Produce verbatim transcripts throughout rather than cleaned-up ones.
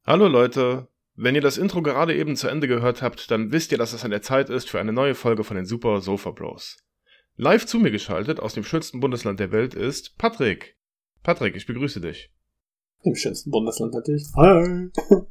Hallo Leute, wenn ihr das Intro gerade eben zu Ende gehört habt, dann wisst ihr, dass es an der Zeit ist für eine neue Folge von den Super Sofa Bros. Live zu mir geschaltet aus dem schönsten Bundesland der Welt ist Patrick. Patrick, ich begrüße dich. Im schönsten Bundesland natürlich. Hi!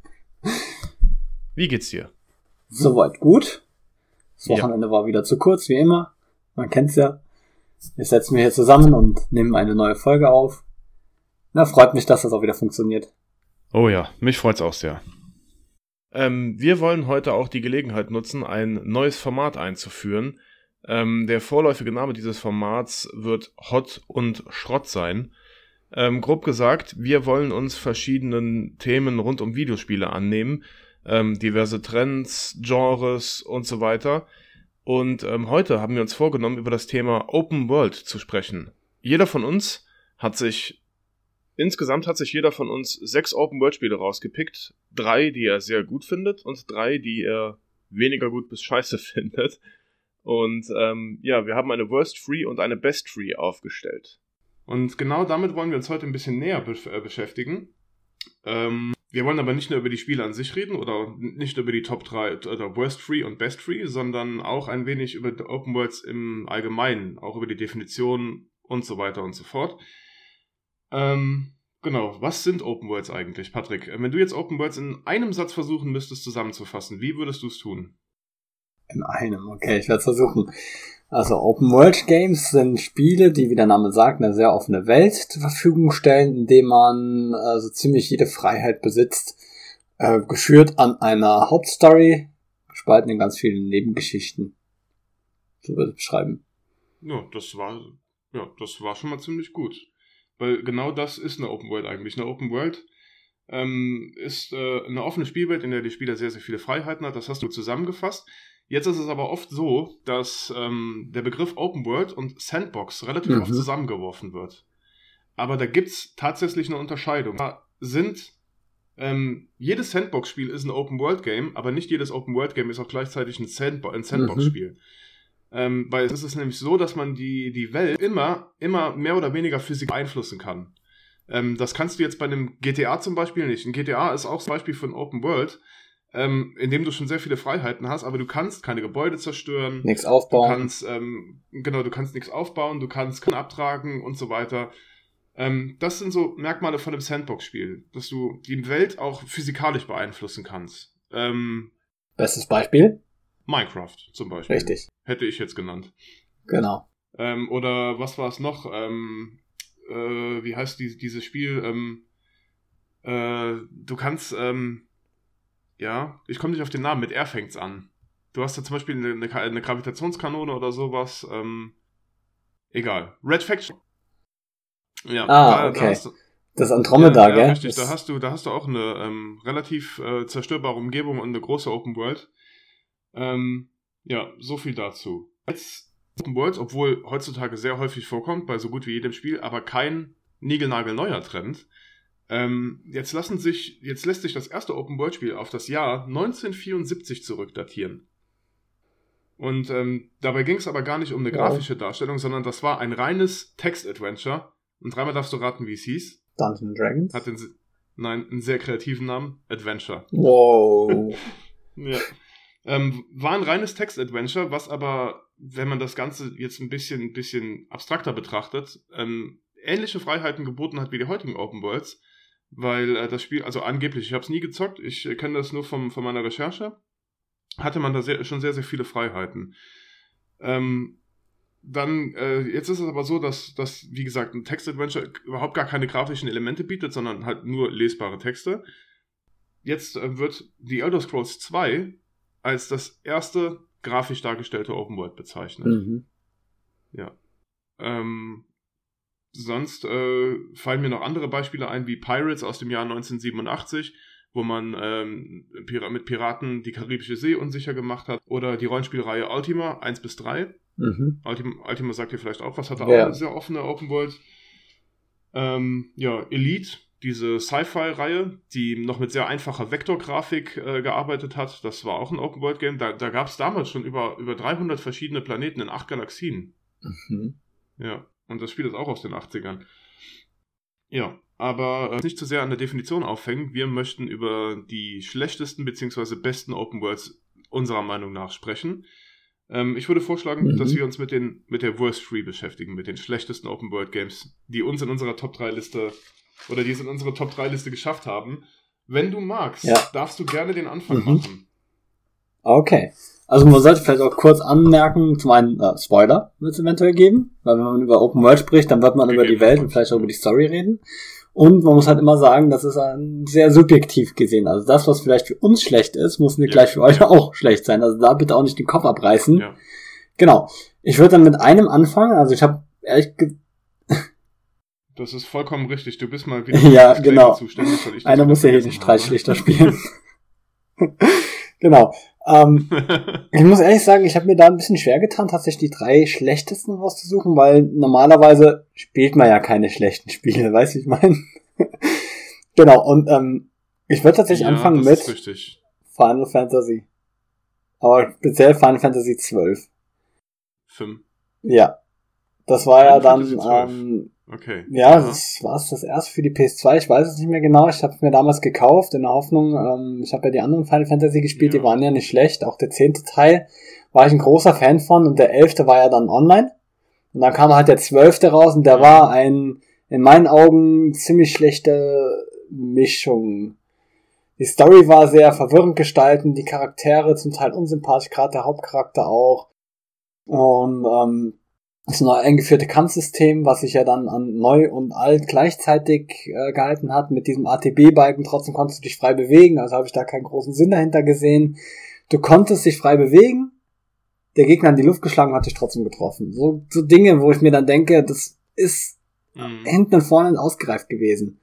Wie geht's dir? Soweit gut. Das Wochenende ja. war wieder zu kurz, wie immer. Man kennt's ja. Wir setzen wir hier zusammen und nehmen eine neue Folge auf. Na, freut mich, dass das auch wieder funktioniert. Oh ja, mich freut's auch sehr. Ähm, wir wollen heute auch die Gelegenheit nutzen, ein neues Format einzuführen. Ähm, der vorläufige Name dieses Formats wird Hot und Schrott sein. Ähm, grob gesagt, wir wollen uns verschiedenen Themen rund um Videospiele annehmen. Ähm, diverse Trends, Genres und so weiter. Und ähm, heute haben wir uns vorgenommen, über das Thema Open World zu sprechen. Jeder von uns hat sich... Insgesamt hat sich jeder von uns sechs Open-World-Spiele rausgepickt. Drei, die er sehr gut findet und drei, die er weniger gut bis scheiße findet. Und ähm, ja, wir haben eine Worst Free und eine Best Free aufgestellt. Und genau damit wollen wir uns heute ein bisschen näher be- äh, beschäftigen. Ähm, wir wollen aber nicht nur über die Spiele an sich reden oder nicht nur über die Top drei oder Worst Free und Best Free, sondern auch ein wenig über die Open Worlds im Allgemeinen, auch über die Definition und so weiter und so fort. Ähm, genau, was sind Open Worlds eigentlich, Patrick? Wenn du jetzt Open Worlds in einem Satz versuchen müsstest zusammenzufassen, wie würdest du es tun? In einem, okay, ich werde es versuchen. Also Open World Games sind Spiele, die, wie der Name sagt, eine sehr offene Welt zur Verfügung stellen, in dem man also ziemlich jede Freiheit besitzt, äh, geführt an einer Hauptstory, gespalten in ganz vielen Nebengeschichten. So würde ich es beschreiben. Ja, das war, ja, das war schon mal ziemlich gut. Weil genau das ist eine Open World eigentlich. Eine Open World ähm, ist äh, eine offene Spielwelt, in der die Spieler sehr, sehr viele Freiheiten hat. Das hast du zusammengefasst. Jetzt ist es aber oft so, dass ähm, der Begriff Open World und Sandbox relativ mhm. oft zusammengeworfen wird. Aber da gibt es tatsächlich eine Unterscheidung. Da sind, ähm, jedes Sandbox-Spiel ist ein Open World Game, aber nicht jedes Open World Game ist auch gleichzeitig ein, Sandbo- ein Sandbox-Spiel. Mhm. Ähm, weil es ist nämlich so, dass man die, die Welt immer, immer mehr oder weniger physisch beeinflussen kann. Ähm, das kannst du jetzt bei einem G T A zum Beispiel nicht. Ein G T A ist auch zum Beispiel für ein Open World, ähm, in dem du schon sehr viele Freiheiten hast, aber du kannst keine Gebäude zerstören. Nichts aufbauen. Du kannst, ähm, genau, du kannst nichts aufbauen, du kannst keinen abtragen und so weiter. Ähm, das sind so Merkmale von einem Sandbox-Spiel, dass du die Welt auch physikalisch beeinflussen kannst. Ähm, Bestes Beispiel? Minecraft zum Beispiel. Richtig. Hätte ich jetzt genannt. Genau. Ähm, oder was war es noch? Ähm, äh, wie heißt die, dieses Spiel? Ähm, äh, du kannst, ähm, ja, ich komme nicht auf den Namen, mit R fängt's an. Du hast da zum Beispiel eine, eine, eine Gravitationskanone oder sowas. Ähm, egal. Red Faction. Ja, ah, da, okay. Da hast du, das Andromeda, ja, gell? Ja, richtig. Das Da hast du, da hast du auch eine ähm, relativ äh, zerstörbare Umgebung und eine große Open World. Ähm, ja, so viel dazu. Jetzt Open Worlds, obwohl heutzutage sehr häufig vorkommt, bei so gut wie jedem Spiel, aber kein niegelnagelneuer Trend. Ähm, jetzt lassen sich, jetzt lässt sich das erste Open World Spiel auf das Jahr neunzehnhundertvierundsiebzig zurückdatieren. Und ähm, dabei ging es aber gar nicht um eine grafische wow. Darstellung, sondern das war ein reines Text-Adventure. Und dreimal darfst du raten, wie es hieß. Dungeons Dragons? Hat den, nein, einen sehr kreativen Namen. Adventure. Wow. Ja. Ähm, war ein reines Text-Adventure, was aber, wenn man das Ganze jetzt ein bisschen, ein bisschen abstrakter betrachtet, ähm, ähnliche Freiheiten geboten hat wie die heutigen Open Worlds, weil äh, das Spiel, also angeblich, ich habe es nie gezockt, ich äh, kenne das nur vom, von meiner Recherche, hatte man da sehr, schon sehr, sehr viele Freiheiten. Ähm, dann, äh, jetzt ist es aber so, dass, dass, wie gesagt, ein Text-Adventure überhaupt gar keine grafischen Elemente bietet, sondern halt nur lesbare Texte. Jetzt äh, wird The Elder Scrolls zwei als das erste grafisch dargestellte Open World bezeichnet. Mhm. Ja. Ähm, sonst äh, fallen mir noch andere Beispiele ein, wie Pirates aus dem Jahr neunzehnhundertsiebenundachtzig, wo man ähm, Pir- mit Piraten die Karibische See unsicher gemacht hat. Oder die Rollenspielreihe Ultima eins bis drei. Mhm. Ultima, Ultima sagt ihr vielleicht auch was, hatte ja. auch eine sehr offene Open World. Ähm, ja, Elite, diese Sci-Fi-Reihe, die noch mit sehr einfacher Vektorgrafik äh, gearbeitet hat. Das war auch ein Open-World-Game. Da, da gab es damals schon über, über dreihundert verschiedene Planeten in acht Galaxien. Mhm. Ja, und das Spiel ist auch aus den achtzigern. Ja, aber äh, nicht zu sehr an der Definition aufhängen. Wir möchten über die schlechtesten bzw. besten Open Worlds unserer Meinung nach sprechen. Ähm, ich würde vorschlagen, mhm. dass wir uns mit, den, mit der Worst Three beschäftigen, mit den schlechtesten Open World Games, die uns in unserer Top drei Liste oder die es in unsere Top drei Liste geschafft haben. Wenn du magst, ja. darfst du gerne den Anfang mhm. machen. Okay. Also man sollte vielleicht auch kurz anmerken, zum einen äh, Spoiler wird es eventuell geben, weil wenn man über Open World spricht, dann wird man über die Welt und vielleicht auch über die Story reden. Und man muss halt immer sagen, das ist ein sehr subjektiv gesehen. Also das, was vielleicht für uns schlecht ist, muss nicht ja. gleich für euch auch schlecht sein. Also da bitte auch nicht den Kopf abreißen. Ja. Genau. Ich würde dann mit einem anfangen. Also ich habe ehrlich ge- Das ist vollkommen richtig. Du bist mal wieder ja, genau. zuständig. Weil ich Einer muss ja hier den Streitschlichter spielen. Genau. Ähm, ich muss ehrlich sagen, ich habe mir da ein bisschen schwer getan, tatsächlich die drei schlechtesten rauszusuchen, weil normalerweise spielt man ja keine schlechten Spiele, weißt du, ich meine? Genau, und ähm, ich würde tatsächlich ja, anfangen mit Final Fantasy. Aber speziell Final Fantasy zwölf. Fünf. Ja. Das war Final ja dann, ähm, okay. Ja, ja. das war es das erste für die P S zwei, ich weiß es nicht mehr genau, ich habe es mir damals gekauft, in der Hoffnung, ähm, ich habe ja die anderen Final Fantasy gespielt, ja. die waren ja nicht schlecht, auch der zehnte Teil war ich ein großer Fan von und der elfte war ja dann online und dann kam halt der zwölfte raus und der ja. war ein, in meinen Augen, ziemlich schlechte Mischung. Die Story war sehr verwirrend gestaltet, die Charaktere zum Teil unsympathisch, gerade der Hauptcharakter auch und ähm, das neu eingeführte Kampfsystem, was sich ja dann an neu und alt gleichzeitig äh, gehalten hat, mit diesem A T B-Balken, trotzdem konntest du dich frei bewegen, also habe ich da keinen großen Sinn dahinter gesehen. Du konntest dich frei bewegen, der Gegner in die Luft geschlagen hat dich trotzdem getroffen. So, so Dinge, wo ich mir dann denke, das ist mhm. hinten und vorne ausgereift gewesen.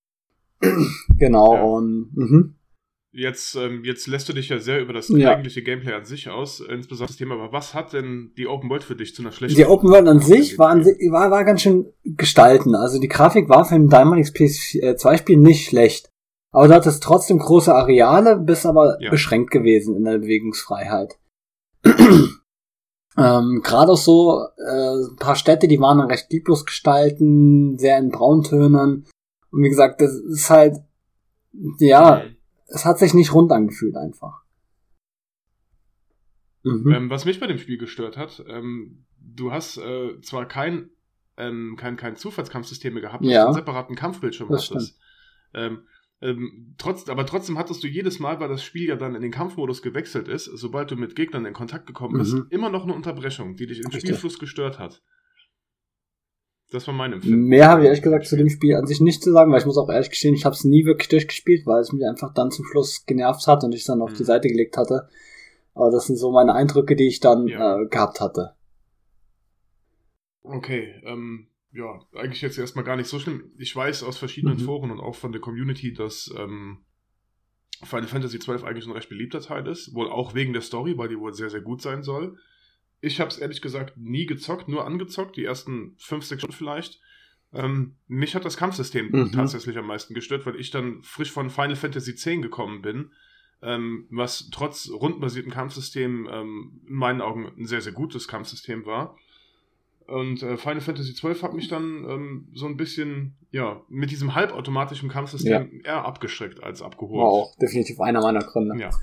Genau, ja. und mhm. Jetzt, ähm, jetzt lässt du dich ja sehr über das ja. eigentliche Gameplay an sich aus, insbesondere das Thema, aber was hat denn die Open World für dich zu einer schlechten... Die Open World an sich war, an, war, war ganz schön gestalten. Also die Grafik war für ein damaliges P S zwei Spiel nicht schlecht. Aber du hattest trotzdem große Areale, bist aber ja. beschränkt gewesen in der Bewegungsfreiheit. ähm, Gerade auch so äh, ein paar Städte, die waren dann recht lieblos gestalten, sehr in Brauntönen. Und wie gesagt, das ist halt, ja... Mhm. Es hat sich nicht rund angefühlt einfach. Mhm. Ähm, was mich bei dem Spiel gestört hat, ähm, du hast äh, zwar kein, ähm, kein, kein Zufallskampfsystem mehr gehabt, dass ja. du einen separaten Kampfbildschirm das hattest. Ähm, ähm, trotz, aber trotzdem hattest du jedes Mal, weil das Spiel ja dann in den Kampfmodus gewechselt ist, sobald du mit Gegnern in Kontakt gekommen bist, mhm. immer noch eine Unterbrechung, die dich im Richtig. Spielfluss gestört hat. Das war mein Empfinden. Mehr habe ich ehrlich gesagt zu dem Spiel an sich nicht zu sagen, weil ich muss auch ehrlich gestehen, ich habe es nie wirklich durchgespielt, weil es mich einfach dann zum Schluss genervt hat und ich es dann auf mhm. die Seite gelegt hatte. Aber das sind so meine Eindrücke, die ich dann ja. äh, gehabt hatte. Okay, ähm, ja, eigentlich jetzt erstmal gar nicht so schlimm. Ich weiß aus verschiedenen mhm. Foren und auch von der Community, dass ähm, Final Fantasy zwölf eigentlich ein recht beliebter Teil ist, wohl auch wegen der Story, weil die wohl sehr, sehr gut sein soll. Ich habe es ehrlich gesagt nie gezockt, nur angezockt, die ersten fünf, sechs Stunden vielleicht. Ähm, mich hat das Kampfsystem mhm. tatsächlich am meisten gestört, weil ich dann frisch von Final Fantasy zehn gekommen bin, ähm, was trotz rundenbasiertem Kampfsystem ähm, in meinen Augen ein sehr, sehr gutes Kampfsystem war. Und äh, Final Fantasy zwölf hat mich dann ähm, so ein bisschen, ja, mit diesem halbautomatischen Kampfsystem ja. eher abgeschreckt als abgeholt. War auch definitiv einer meiner Gründe. Ja.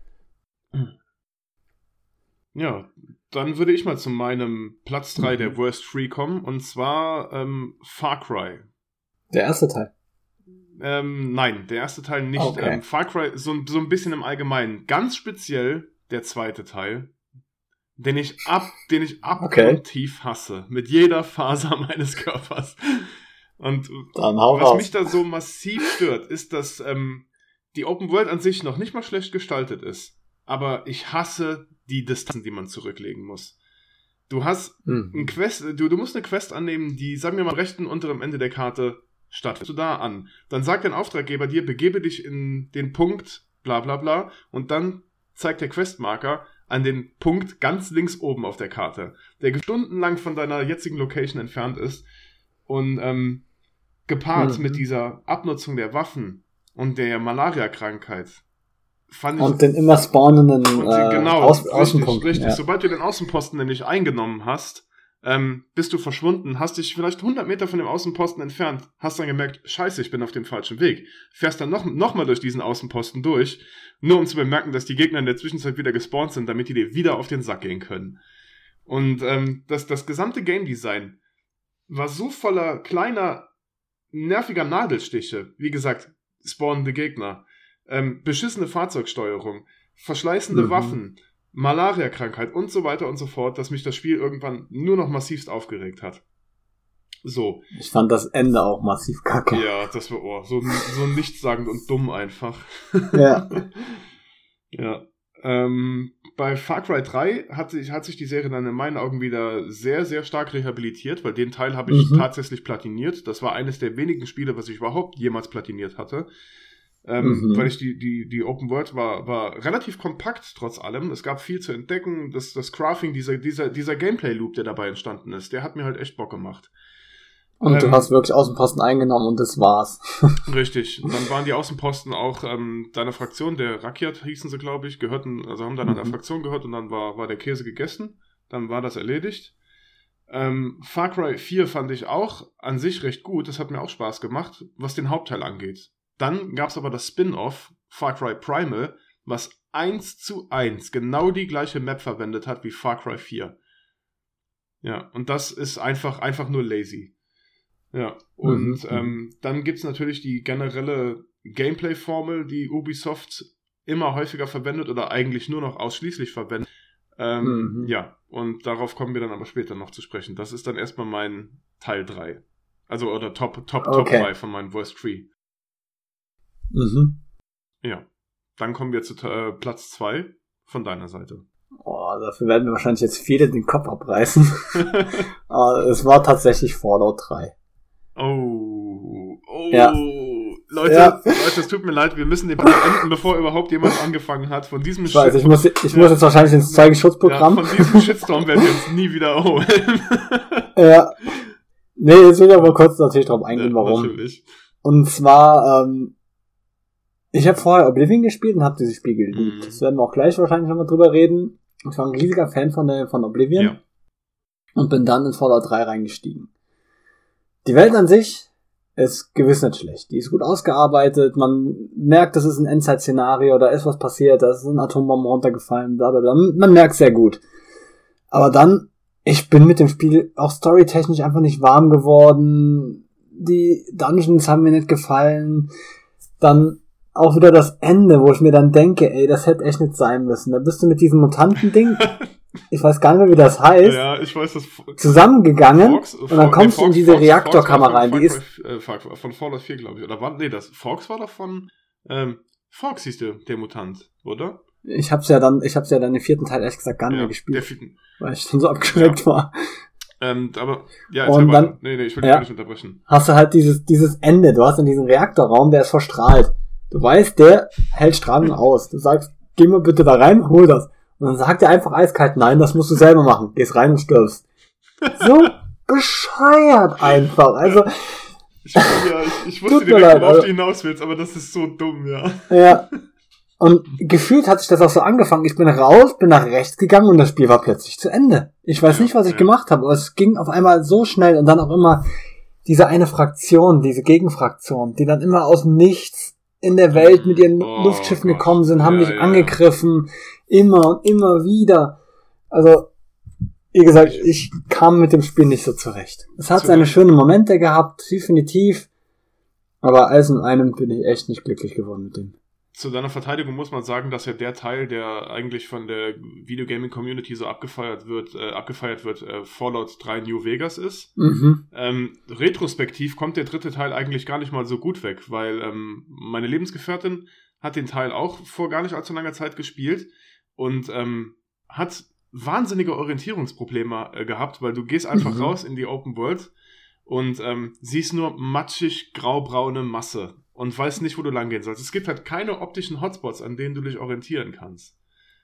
Ja, dann würde ich mal zu meinem Platz drei mhm. der Worst Three kommen, und zwar ähm, Far Cry. Der erste Teil? Ähm, nein, der erste Teil nicht. Okay. Ähm, Far Cry so, so ein bisschen im Allgemeinen. Ganz speziell der zweite Teil, den ich ab, den ich abgrundtief okay. hasse. Mit jeder Faser meines Körpers. Und dann hau was raus. mich da so massiv stört, ist, dass ähm, die Open World an sich noch nicht mal schlecht gestaltet ist. Aber ich hasse die Distanzen, die man zurücklegen muss. Du hast mhm. ein Quest, du, du musst eine Quest annehmen, die, sagen wir mal, am rechten unteren Ende der Karte stattfindet. Du da an. Dann sagt dein Auftraggeber dir, begebe dich in den Punkt, bla bla bla, und dann zeigt der Questmarker an den Punkt ganz links oben auf der Karte, der stundenlang von deiner jetzigen Location entfernt ist. Und ähm, gepaart mhm. mit dieser Abnutzung der Waffen und der Malaria-Krankheit, fand ich, und den immer spawnenden und, äh, genau, Aus- richtig, Außenpunkt. Richtig, ja. Sobald du den Außenposten nämlich eingenommen hast, ähm, bist du verschwunden, hast dich vielleicht hundert Meter von dem Außenposten entfernt, hast dann gemerkt, scheiße, ich bin auf dem falschen Weg. Fährst dann noch, noch mal durch diesen Außenposten durch, nur um zu bemerken, dass die Gegner in der Zwischenzeit wieder gespawnt sind, damit die dir wieder auf den Sack gehen können. Und ähm, das, das gesamte Game Design war so voller kleiner, nerviger Nadelstiche. Wie gesagt, spawnende Gegner, ähm, beschissene Fahrzeugsteuerung, verschleißende mhm. Waffen, Malaria-Krankheit und so weiter und so fort, dass mich das Spiel irgendwann nur noch massivst aufgeregt hat. So. Ich fand das Ende auch massiv kacke. Ja, das war oh, so, so nichtssagend und dumm einfach. Ja. Ja. Ähm, bei Far Cry drei hat sich, hat sich die Serie dann in meinen Augen wieder sehr, sehr stark rehabilitiert, weil den Teil habe ich mhm. tatsächlich platiniert. Das war eines der wenigen Spiele, was ich überhaupt jemals platiniert hatte. Ähm, mhm. Weil ich die, die, die Open World war, war relativ kompakt trotz allem. Es gab viel zu entdecken. Das, das Crafting, dieser, dieser, dieser Gameplay-Loop, der dabei entstanden ist, der hat mir halt echt Bock gemacht. Und ähm, du hast wirklich Außenposten eingenommen und das war's. Richtig. Und dann waren die Außenposten auch ähm, deiner Fraktion, der Rakiat hießen sie, glaube ich, gehörten, also haben dann mhm. einer Fraktion gehört und dann war, war der Käse gegessen. Dann war das erledigt. Ähm, Far Cry vier fand ich auch an sich recht gut. Das hat mir auch Spaß gemacht, was den Hauptteil angeht. Dann gab es aber das Spin-Off, Far Cry Primal, was eins zu eins genau die gleiche Map verwendet hat wie Far Cry vier. Ja, und das ist einfach, einfach nur lazy. Ja, und mhm. ähm, dann gibt es natürlich die generelle Gameplay-Formel, die Ubisoft immer häufiger verwendet oder eigentlich nur noch ausschließlich verwendet. Ähm, mhm. Ja, und darauf kommen wir dann aber später noch zu sprechen. Das ist dann erstmal mein Teil drei. Also, oder Top, Top, okay. Top drei von meinem Worst Tree. Mhm. Ja, dann kommen wir zu äh, Platz zwei von deiner Seite. Oh, dafür werden wir wahrscheinlich jetzt viele den Kopf abreißen. Aber es war tatsächlich Fallout drei. Oh, oh, ja. Leute, ja. Leute, es tut mir leid, wir müssen den beenden, bevor überhaupt jemand angefangen hat. Von diesem ich weiß, ich muss, ich ja. muss jetzt wahrscheinlich ins Zeugenschutzprogramm. Ja, von diesem Shitstorm werden wir uns nie wiederholen. Ja. Nee, jetzt will ich aber kurz natürlich drauf eingehen, ja, warum. Natürlich. Und zwar, ähm, ich habe vorher Oblivion gespielt und habe dieses Spiel geliebt. Mhm. Das werden wir auch gleich wahrscheinlich nochmal drüber reden. Ich war ein riesiger Fan von, der, von Oblivion. Ja. Und bin dann in Fallout drei reingestiegen. Die Welt an sich ist gewiss nicht schlecht. Die ist gut ausgearbeitet. Man merkt, das ist ein Endzeit-Szenario. Da ist was passiert. Da ist ein Atombomben runtergefallen. Bla bla bla. Man merkt sehr gut. Aber dann, ich bin mit dem Spiel auch storytechnisch einfach nicht warm geworden. Die Dungeons haben mir nicht gefallen. Dann auch wieder das Ende, wo ich mir dann denke, ey, das hätte echt nicht sein müssen. Da bist du mit diesem Mutantending, ich weiß gar nicht mehr, wie das heißt, ja, ich weiß, das zusammengegangen Fox, und dann kommst nee, du in diese Reaktorkammer rein. Die ist äh, von Fallout vier, glaube ich. Oder war, nee, das Fox war doch von ähm, Fox hieß der, der Mutant, oder? Ich hab's ja dann, ich hab's ja dann im vierten Teil ehrlich gesagt gar nicht ja, mehr gespielt, der vierten. weil ich schon so abgeschreckt ja. war. Ähm, aber, ja, und dann, nee, nee, ich will dich ja, nicht unterbrechen. Hast du halt dieses, dieses Ende, du hast in diesem Reaktorraum, der ist verstrahlt. Du weißt, der hält Strahlen aus. Du sagst, geh mal bitte da rein, hol das. Und dann sagt er einfach eiskalt, nein, das musst du selber machen. Gehst rein und stirbst. So bescheuert einfach. Also, ich, ja, ich, ich wusste direkt, leid, worauf du hinaus willst, aber das ist so dumm, ja. Ja. Und gefühlt hat sich das auch so angefangen. Ich bin raus, bin nach rechts gegangen und das Spiel war plötzlich zu Ende. Ich weiß ja, nicht, was ich ja. gemacht habe, aber es ging auf einmal so schnell und dann auch immer diese eine Fraktion, diese Gegenfraktion, die dann immer aus dem Nichts in der Welt mit ihren oh, Luftschiffen Gott. gekommen sind, haben ja, dich ja. angegriffen, immer und immer wieder. Also, wie gesagt, ich kam mit dem Spiel nicht so zurecht. Es hat seine schönen Momente gehabt, definitiv, aber alles in einem bin ich echt nicht glücklich geworden mit dem. Zu deiner Verteidigung muss man sagen, dass ja der Teil, der eigentlich von der Videogaming-Community so abgefeiert wird, äh, abgefeiert wird, äh, Fallout drei New Vegas ist. Mhm. Ähm, retrospektiv kommt der dritte Teil eigentlich gar nicht mal so gut weg, weil ähm, meine Lebensgefährtin hat den Teil auch vor gar nicht allzu langer Zeit gespielt und ähm, hat wahnsinnige Orientierungsprobleme äh, gehabt, weil du gehst einfach mhm. raus in die Open World und ähm, siehst nur matschig graubraune Masse und weißt nicht, wo du lang gehen sollst. Es gibt halt keine optischen Hotspots, an denen du dich orientieren kannst.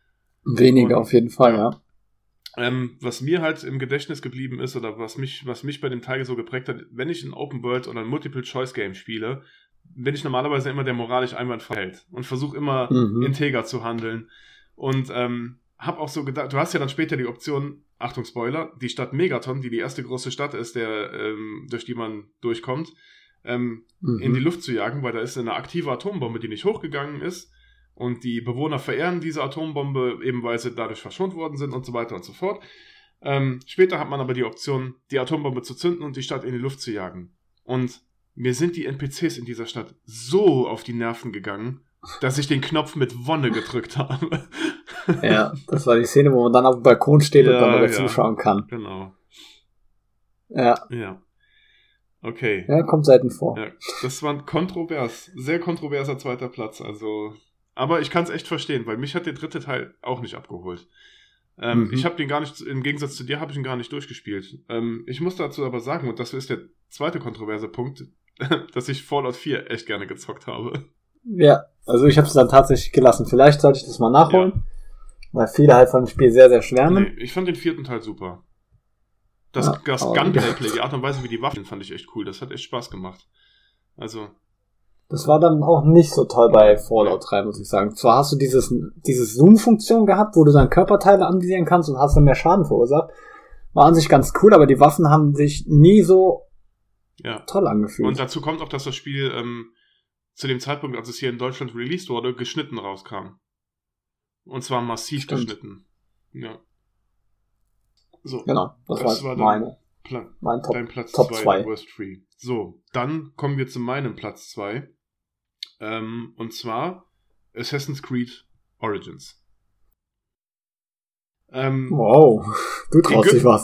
Weniger und, auf jeden Fall, ja. ja. Ähm, was mir halt im Gedächtnis geblieben ist, oder was mich, was mich bei dem Teil so geprägt hat, wenn ich ein Open World oder ein Multiple-Choice-Game spiele, bin ich normalerweise immer der moralisch einwandfrei und versuche immer mhm. integer zu handeln. Und ähm, hab auch so gedacht, du hast ja dann später die Option, Achtung Spoiler, die Stadt Megaton, die die erste große Stadt ist, der, ähm, durch die man durchkommt, ähm, mhm. in die Luft zu jagen, weil da ist eine aktive Atombombe, die nicht hochgegangen ist und die Bewohner verehren diese Atombombe, eben weil sie dadurch verschont worden sind und so weiter und so fort. Ähm, später hat man aber die Option, die Atombombe zu zünden und die Stadt in die Luft zu jagen. Und mir sind die N P Cs in dieser Stadt so auf die Nerven gegangen, dass ich den Knopf mit Wonne gedrückt habe. Ja, das war die Szene, wo man dann auf dem Balkon steht ja, und dann dabei ja, zuschauen kann. Genau. Ja. Ja. Okay. Ja, kommt selten vor. Ja, das war kontrovers. Sehr kontroverser zweiter Platz. Also, aber ich kann es echt verstehen, weil mich hat der dritte Teil auch nicht abgeholt. Ähm, mhm. Ich habe den gar nicht, im Gegensatz zu dir, habe ich ihn gar nicht durchgespielt. Ähm, ich muss dazu aber sagen, und das ist der zweite kontroverse Punkt, dass ich Fallout vier echt gerne gezockt habe. Ja, also ich habe es dann tatsächlich gelassen. Vielleicht sollte ich das mal nachholen, ja. weil viele halt von dem Spiel sehr, sehr schwärmen. Nee, ich fand den vierten Teil super. Das, ja, das Gunplay, die Art und Weise, wie die Waffen, fand ich echt cool. Das hat echt Spaß gemacht. Also... Das war dann auch nicht so toll bei Fallout drei, muss ich sagen. Zwar hast du dieses, dieses Zoom-Funktion gehabt, wo du dann Körperteile anvisieren kannst und hast dann mehr Schaden verursacht. War an sich ganz cool, aber die Waffen haben sich nie so ja. toll angefühlt. Und dazu kommt auch, dass das Spiel ähm, zu dem Zeitpunkt, als es hier in Deutschland released wurde, geschnitten rauskam. Und zwar massiv Stimmt. geschnitten. Ja. So. Genau, das, das war, war meine, Pla- mein Top, dein Platz Top zwei. Worst Three. So, dann kommen wir zu meinem Platz zwei. Ähm, und zwar Assassin's Creed Origins. Ähm, wow, du traust Ägypten- dich was.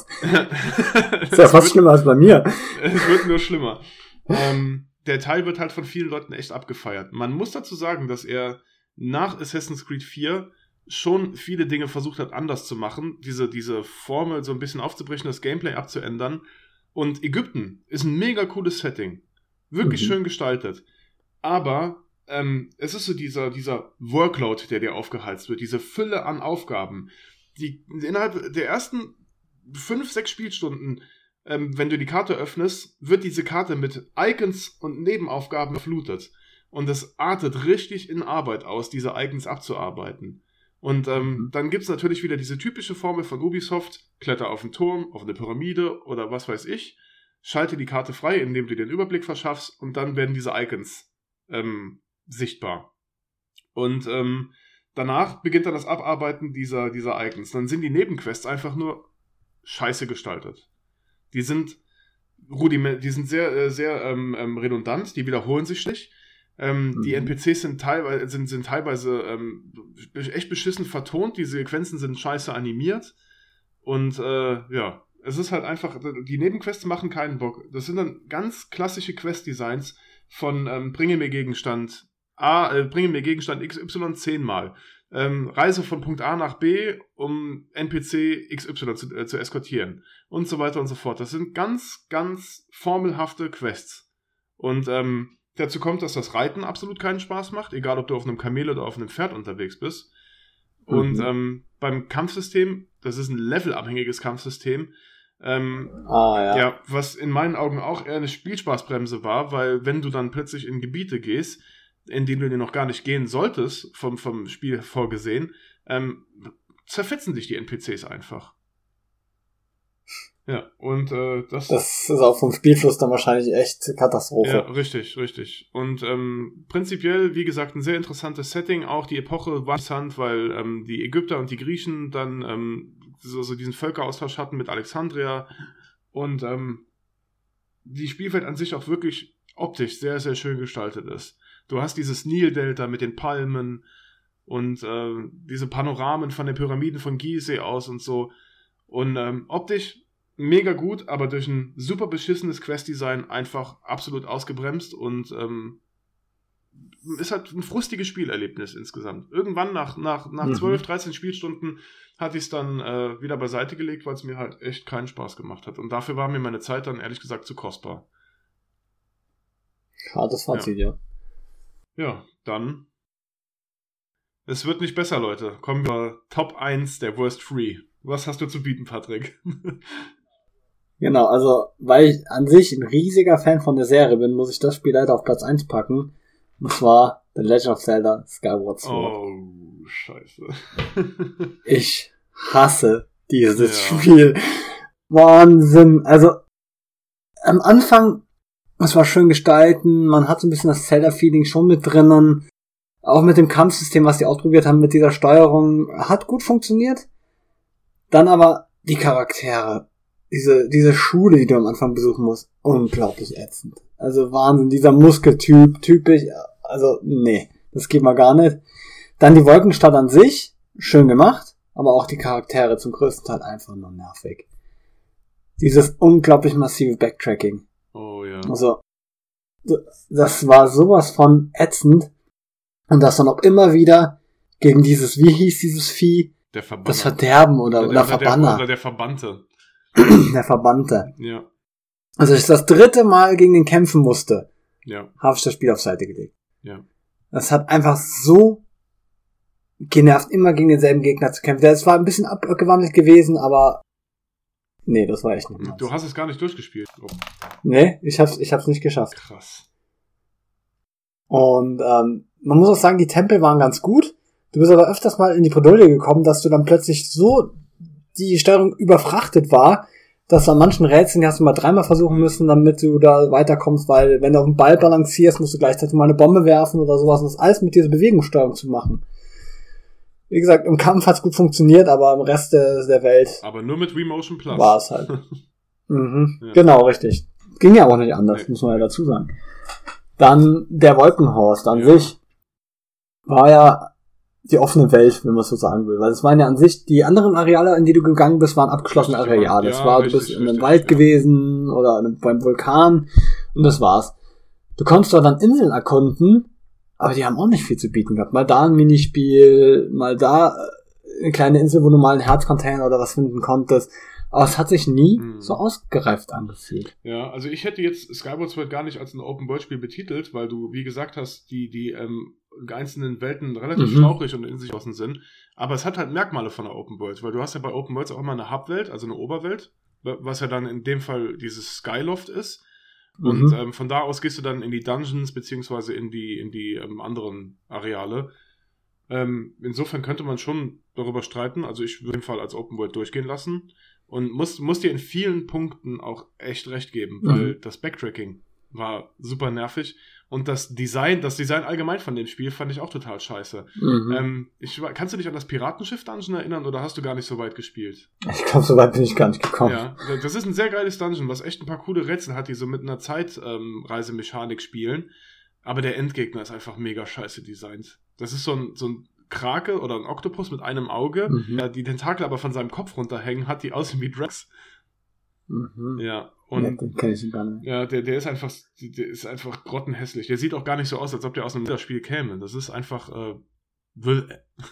Das ist ja fast wird, schlimmer als bei mir. Es wird nur schlimmer. ähm, der Teil wird halt von vielen Leuten echt abgefeiert. Man muss dazu sagen, dass er nach Assassin's Creed vier schon viele Dinge versucht hat, anders zu machen, diese, diese Formel so ein bisschen aufzubrechen, das Gameplay abzuändern. Und Ägypten ist ein mega cooles Setting. Wirklich mhm. schön gestaltet. Aber ähm, es ist so dieser, dieser Workload, der dir aufgeheizt wird, diese Fülle an Aufgaben. Die innerhalb der ersten fünf, sechs Spielstunden, ähm, wenn du die Karte öffnest, wird diese Karte mit Icons und Nebenaufgaben geflutet. Und es artet richtig in Arbeit aus, diese Icons abzuarbeiten. Und ähm, mhm. dann gibt es natürlich wieder diese typische Formel von Ubisoft, kletter auf einen Turm, auf eine Pyramide oder was weiß ich, schalte die Karte frei, indem du dir den Überblick verschaffst und dann werden diese Icons ähm, sichtbar. Und ähm, danach beginnt dann das Abarbeiten dieser, dieser Icons. Dann sind die Nebenquests einfach nur scheiße gestaltet. Die sind rudiment, die sind sehr, äh, sehr ähm, ähm, redundant, die wiederholen sich nicht. Ähm, mhm. Die N P Cs sind teilweise, sind, sind teilweise ähm, echt beschissen vertont, die Sequenzen sind scheiße animiert und äh, ja, es ist halt einfach, die Nebenquests machen keinen Bock. Das sind dann ganz klassische Quest-Designs von ähm, bringe mir Gegenstand A, äh, bringe mir Gegenstand X Y zehnmal. Ähm, Reise von Punkt A nach B, um N P C X Y zu, äh, zu eskortieren und so weiter und so fort. Das sind ganz, ganz formelhafte Quests. Und ähm, dazu kommt, dass das Reiten absolut keinen Spaß macht, egal ob du auf einem Kamel oder auf einem Pferd unterwegs bist. Mhm. Und ähm, beim Kampfsystem, das ist ein levelabhängiges Kampfsystem, ähm, ah, ja. ja, was in meinen Augen auch eher eine Spielspaßbremse war, weil wenn du dann plötzlich in Gebiete gehst, in denen du dir noch gar nicht gehen solltest, vom, vom Spiel vorgesehen, ähm, zerfetzen dich die N P Cs einfach. Ja, und äh, das... Das ist auch vom Spielfluss dann wahrscheinlich echt Katastrophe. Ja, richtig, richtig. Und ähm, prinzipiell, wie gesagt, ein sehr interessantes Setting. Auch die Epoche war interessant, weil ähm, die Ägypter und die Griechen dann ähm, so, so diesen Völkeraustausch hatten mit Alexandria. Und ähm, die Spielwelt an sich auch wirklich optisch sehr, sehr schön gestaltet ist. Du hast dieses Nildelta mit den Palmen und äh, diese Panoramen von den Pyramiden von Gizeh aus und so. Und ähm, optisch mega gut, aber durch ein super beschissenes Quest-Design einfach absolut ausgebremst und ähm, ist halt ein frustiges Spielerlebnis insgesamt. Irgendwann nach, nach, nach zwölf, dreizehn Spielstunden hatte ich es dann äh, wieder beiseite gelegt, weil es mir halt echt keinen Spaß gemacht hat. Und dafür war mir meine Zeit dann ehrlich gesagt zu kostbar. Hartes Fazit, ja. ja. Ja, dann es wird nicht besser, Leute. Kommen wir Top eins der Worst Three. Was hast du zu bieten, Patrick? Genau, also, weil ich an sich ein riesiger Fan von der Serie bin, muss ich das Spiel leider auf Platz eins packen. Und zwar The Legend of Zelda Skyward Sword. Oh, Scheiße. Ich hasse dieses Ja. Spiel. Wahnsinn. Also, am Anfang, es war schön gestalten, man hat so ein bisschen das Zelda-Feeling schon mit drinnen. Auch mit dem Kampfsystem, was die ausprobiert haben, mit dieser Steuerung, hat gut funktioniert. Dann aber die Charaktere. Diese, diese Schule, die du am Anfang besuchen musst, unglaublich ätzend. Also Wahnsinn, dieser Muskeltyp, typisch, also nee, das geht mal gar nicht. Dann die Wolkenstadt an sich, schön gemacht, aber auch die Charaktere zum größten Teil einfach nur nervig. Dieses unglaublich massive Backtracking. Oh ja. Also, das war sowas von ätzend. Und das dann auch immer wieder gegen dieses, wie hieß dieses Vieh? Der Verbanner. Das Verderben oder, oder, oder, oder der, Verbanner. oder der Verbannte. Der Verbannte. Ja. Also ich das dritte Mal gegen den kämpfen musste, Ja. habe ich das Spiel auf Seite gelegt. Ja. Das hat einfach so genervt, immer gegen denselben Gegner zu kämpfen. Der war ein bisschen abgewandelt gewesen, aber nee, das war echt nicht nice. Du hast es gar nicht durchgespielt. Oh, Nee, ich hab's, ich hab's nicht geschafft. krass. Und ähm, man muss auch sagen, die Tempel waren ganz gut. Du bist aber öfters mal in die Bredouille gekommen, dass du dann plötzlich so die Steuerung überfrachtet war, dass du an manchen Rätseln die hast du mal dreimal versuchen müssen, damit du da weiterkommst, weil wenn du auf dem Ball balancierst, musst du gleichzeitig mal eine Bombe werfen oder sowas. Und das alles mit dieser Bewegungssteuerung zu machen. Wie gesagt, im Kampf hat's gut funktioniert, aber im Rest der, der Welt Aber nur mit Wii Motion Plus. war es halt. mhm. Ja. Genau, richtig. Ging ja auch nicht anders, Nee. muss man ja dazu sagen. Dann der Wolkenhorst an Ja. sich war ja die offene Welt, wenn man es so sagen will. Weil es waren ja an sich, die anderen Areale, in die du gegangen bist, waren abgeschlossene Richtig, Areale. Es ja, war, du richtig, bist in einem richtig, Wald ja. gewesen oder in einem, beim Vulkan und das war's. Du konntest dort dann Inseln erkunden, aber die haben auch nicht viel zu bieten gehabt. Mal da ein Minispiel, mal da eine kleine Insel, wo du mal einen Herzcontainer oder was finden konntest. Aber es hat sich nie Mhm. so ausgereift angefühlt. Ja, also ich hätte jetzt Skyward Sword gar nicht als ein Open-World-Spiel betitelt, weil du, wie gesagt hast, die, die ähm, einzelnen Welten relativ Mhm. schlauchig und in sich geschlossen sind. Aber es hat halt Merkmale von der Open World, weil du hast ja bei Open Worlds auch immer eine Hub-Welt, also eine Oberwelt, was ja dann in dem Fall dieses Skyloft ist. Und Mhm. ähm, von da aus gehst du dann in die Dungeons beziehungsweise in die, in die ähm, anderen Areale. Ähm, insofern könnte man schon darüber streiten. Also ich würde den Fall als Open World durchgehen lassen. Und muss, muss dir in vielen Punkten auch echt recht geben, Mhm. weil das Backtracking war super nervig. Und das Design, das Design allgemein von dem Spiel fand ich auch total scheiße. Mhm. Ähm, ich, kannst du dich an das Piratenschiff-Dungeon erinnern oder hast du gar nicht so weit gespielt? Ich glaube, so weit bin ich gar nicht gekommen. Ja, das ist ein sehr geiles Dungeon, was echt ein paar coole Rätsel hat, die so mit einer Zeitreisemechanik spielen. Aber der Endgegner ist einfach mega scheiße designt. Das ist so ein, so ein Krake oder ein Oktopus mit einem Auge, Mhm. der die Tentakel aber von seinem Kopf runterhängen hat, die aussehen wie Drax. Mhm. Ja, Und ja, und den kenne ich gar nicht. ja, der, der ist einfach, der ist einfach grottenhässlich. Der sieht auch gar nicht so aus, als ob der aus einem Spiel käme. Das ist einfach, äh, will.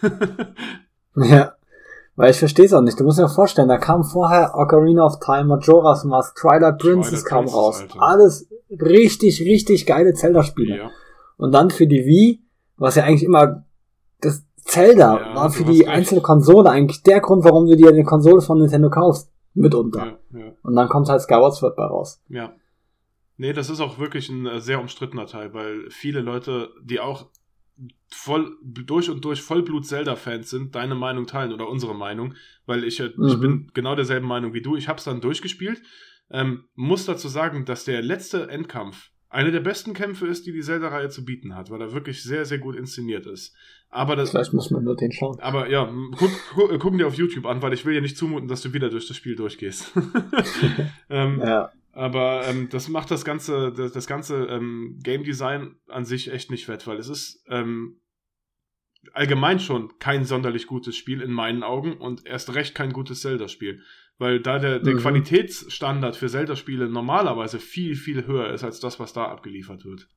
Ja, weil ich verstehe es auch nicht. Du musst dir vorstellen, da kam vorher Ocarina of Time, Majora's Mask, Twilight Princess Twilight kam Princess, raus. Alter. Alles richtig, richtig geile Zelda-Spiele. Ja. Und dann für die Wii, was ja eigentlich immer das Zelda Ja, war du für hast die recht. einzelne Konsole eigentlich der Grund, warum du dir eine Konsole von Nintendo kaufst. Mitunter. Ja, ja. Und dann kommt halt Skyward Sword bei raus. Ja. Nee, das ist auch wirklich ein äh, sehr umstrittener Teil, weil viele Leute, die auch voll durch und durch Vollblut-Zelda-Fans sind, deine Meinung teilen oder unsere Meinung, weil ich, äh, ich Mhm. bin genau derselben Meinung wie du. Ich habe es dann durchgespielt. Ähm, muss dazu sagen, dass der letzte Endkampf eine der besten Kämpfe ist, die die Zelda-Reihe zu bieten hat, weil er wirklich sehr, sehr gut inszeniert ist. Aber das, Vielleicht muss man nur den schauen. aber ja, guck, guck, gucken dir auf YouTube an, weil ich will dir nicht zumuten, dass du wieder durch das Spiel durchgehst. ähm, Ja. aber ähm, das macht das ganze, das, das ganze ähm, Game Design an sich echt nicht wett, weil es ist ähm, allgemein schon kein sonderlich gutes Spiel in meinen Augen und erst recht kein gutes Zelda-Spiel. Weil da der, der Mhm. Qualitätsstandard für Zelda-Spiele normalerweise viel, viel höher ist als das, was da abgeliefert wird.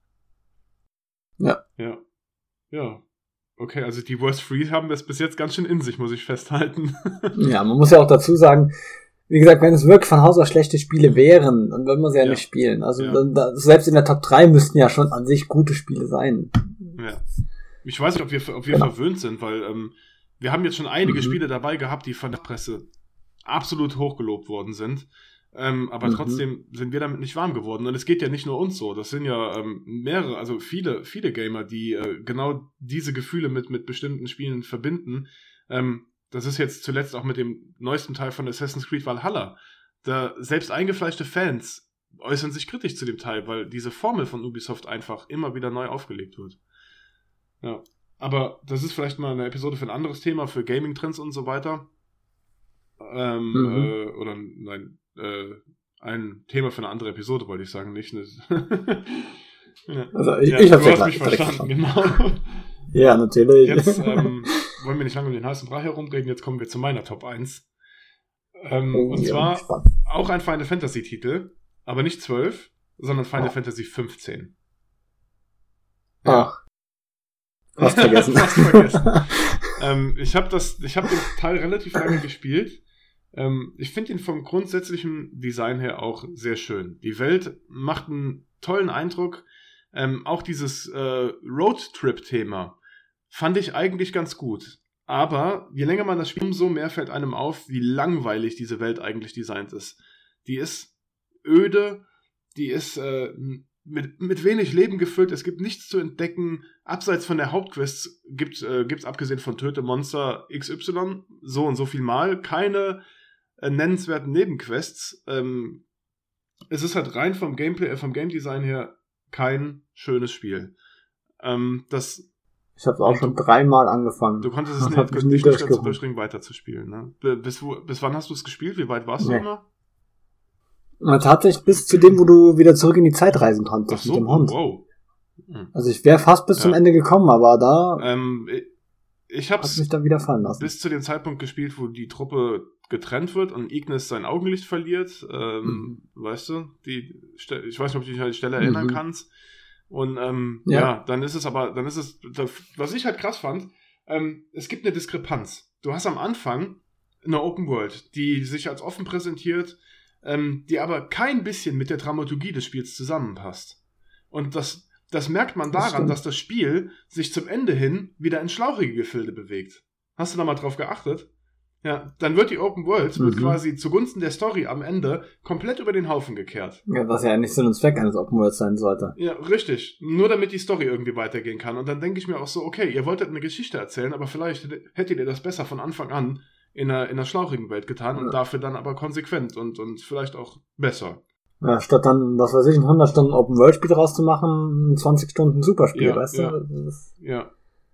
Ja. Ja. Ja. Okay, also die Worst Three haben das bis jetzt ganz schön in sich, muss ich festhalten. Ja, man muss ja auch dazu sagen, wie gesagt, wenn es wirklich von Haus aus schlechte Spiele wären, dann würden wir sie ja, Ja. nicht spielen. Also Ja. dann, da, selbst in der Top drei müssten ja schon an sich gute Spiele sein. Ja. Ich weiß nicht, ob wir, ob wir Genau. verwöhnt sind, weil ähm, wir haben jetzt schon einige Mhm. Spiele dabei gehabt, die von der Presse absolut hochgelobt worden sind. Ähm, aber mhm. trotzdem sind wir damit nicht warm geworden. Und es geht ja nicht nur uns so. Das sind ja ähm, mehrere, also viele, viele Gamer, die äh, genau diese Gefühle mit, mit bestimmten Spielen verbinden. Ähm, das ist jetzt zuletzt auch mit dem neuesten Teil von Assassin's Creed Valhalla. Da selbst eingefleischte Fans äußern sich kritisch zu dem Teil, weil diese Formel von Ubisoft einfach immer wieder neu aufgelegt wird. Ja. Aber das ist vielleicht mal eine Episode für ein anderes Thema, für Gaming-Trends und so weiter. Ähm, mhm. äh, oder nein, äh, ein Thema für eine andere Episode, wollte ich sagen, nicht. ja. Also ich, ja, ich habe mich verstanden, genau. Ja, natürlich. Jetzt ähm, wollen wir nicht lange um den heißen Brei herumreden, jetzt kommen wir zu meiner Top eins. Ähm, oh, und ja, zwar spannend. Auch ein Final Fantasy Titel, aber nicht zwölf, sondern Final oh. Fantasy fünfzehn. Ja. Ach. Hast vergessen. Hast vergessen. ähm, ich habe das, ich habe den Teil relativ lange gespielt. Ähm, ich finde ihn vom grundsätzlichen Design her auch sehr schön. Die Welt macht einen tollen Eindruck. Ähm, auch dieses äh, Roadtrip-Thema fand ich eigentlich ganz gut. Aber je länger man das spielt, umso mehr fällt einem auf, wie langweilig diese Welt eigentlich designt ist. Die ist öde, die ist äh, mit, mit wenig Leben gefüllt, es gibt nichts zu entdecken. Abseits von der Hauptquest gibt äh, es, abgesehen von Töte Monster X Y, so und so viel Mal, keine äh, nennenswerten Nebenquests. Ähm, es ist halt rein vom Gameplay, äh, vom Game Design her kein schönes Spiel. Ähm, das Ich habe es auch schon du, dreimal angefangen. Du konntest es nicht, nicht dazu durchringen, weiterzuspielen. Ne? Bis, wo, bis wann hast du es gespielt? Wie weit warst nee. du immer? Tatsächlich bis zu dem, wo du wieder zurück in die Zeit reisen konntest. Ach so, mit dem Hund. Wow. Hm. Also ich wäre fast bis ja. zum Ende gekommen, aber da ähm, ich, ich hab's mich dann wieder fallen lassen. Bis zu dem Zeitpunkt gespielt, wo die Truppe getrennt wird und Ignis sein Augenlicht verliert. Ähm, mhm. Weißt du? Die Ste- ich weiß nicht, ob du dich an die Stelle erinnern mhm. kannst. Und ähm, ja. ja, dann ist es aber, dann ist es, was ich halt krass fand, ähm, es gibt eine Diskrepanz. Du hast am Anfang eine Open World, die sich als offen präsentiert, ähm, die aber kein bisschen mit der Dramaturgie des Spiels zusammenpasst. Und das, das merkt man daran, das dass das Spiel sich zum Ende hin wieder in schlauchige Gefilde bewegt. Hast du da mal drauf geachtet? Ja, dann wird die Open World mhm. wird quasi zugunsten der Story am Ende komplett über den Haufen gekehrt. Ja, was ja nicht Sinn und Zweck eines Open Worlds sein sollte. Ja, richtig. Nur damit die Story irgendwie weitergehen kann. Und dann denke ich mir auch so, okay, ihr wolltet eine Geschichte erzählen, aber vielleicht hättet ihr das besser von Anfang an in einer, in einer schlauchigen Welt getan und ja. dafür dann aber konsequent und, und vielleicht auch besser. Ja, statt dann, was weiß ich, ein hundert Stunden Open World Spiel draus zu machen, ein zwanzig Stunden Superspiel, ja, weißt ja. du? Das ist ja.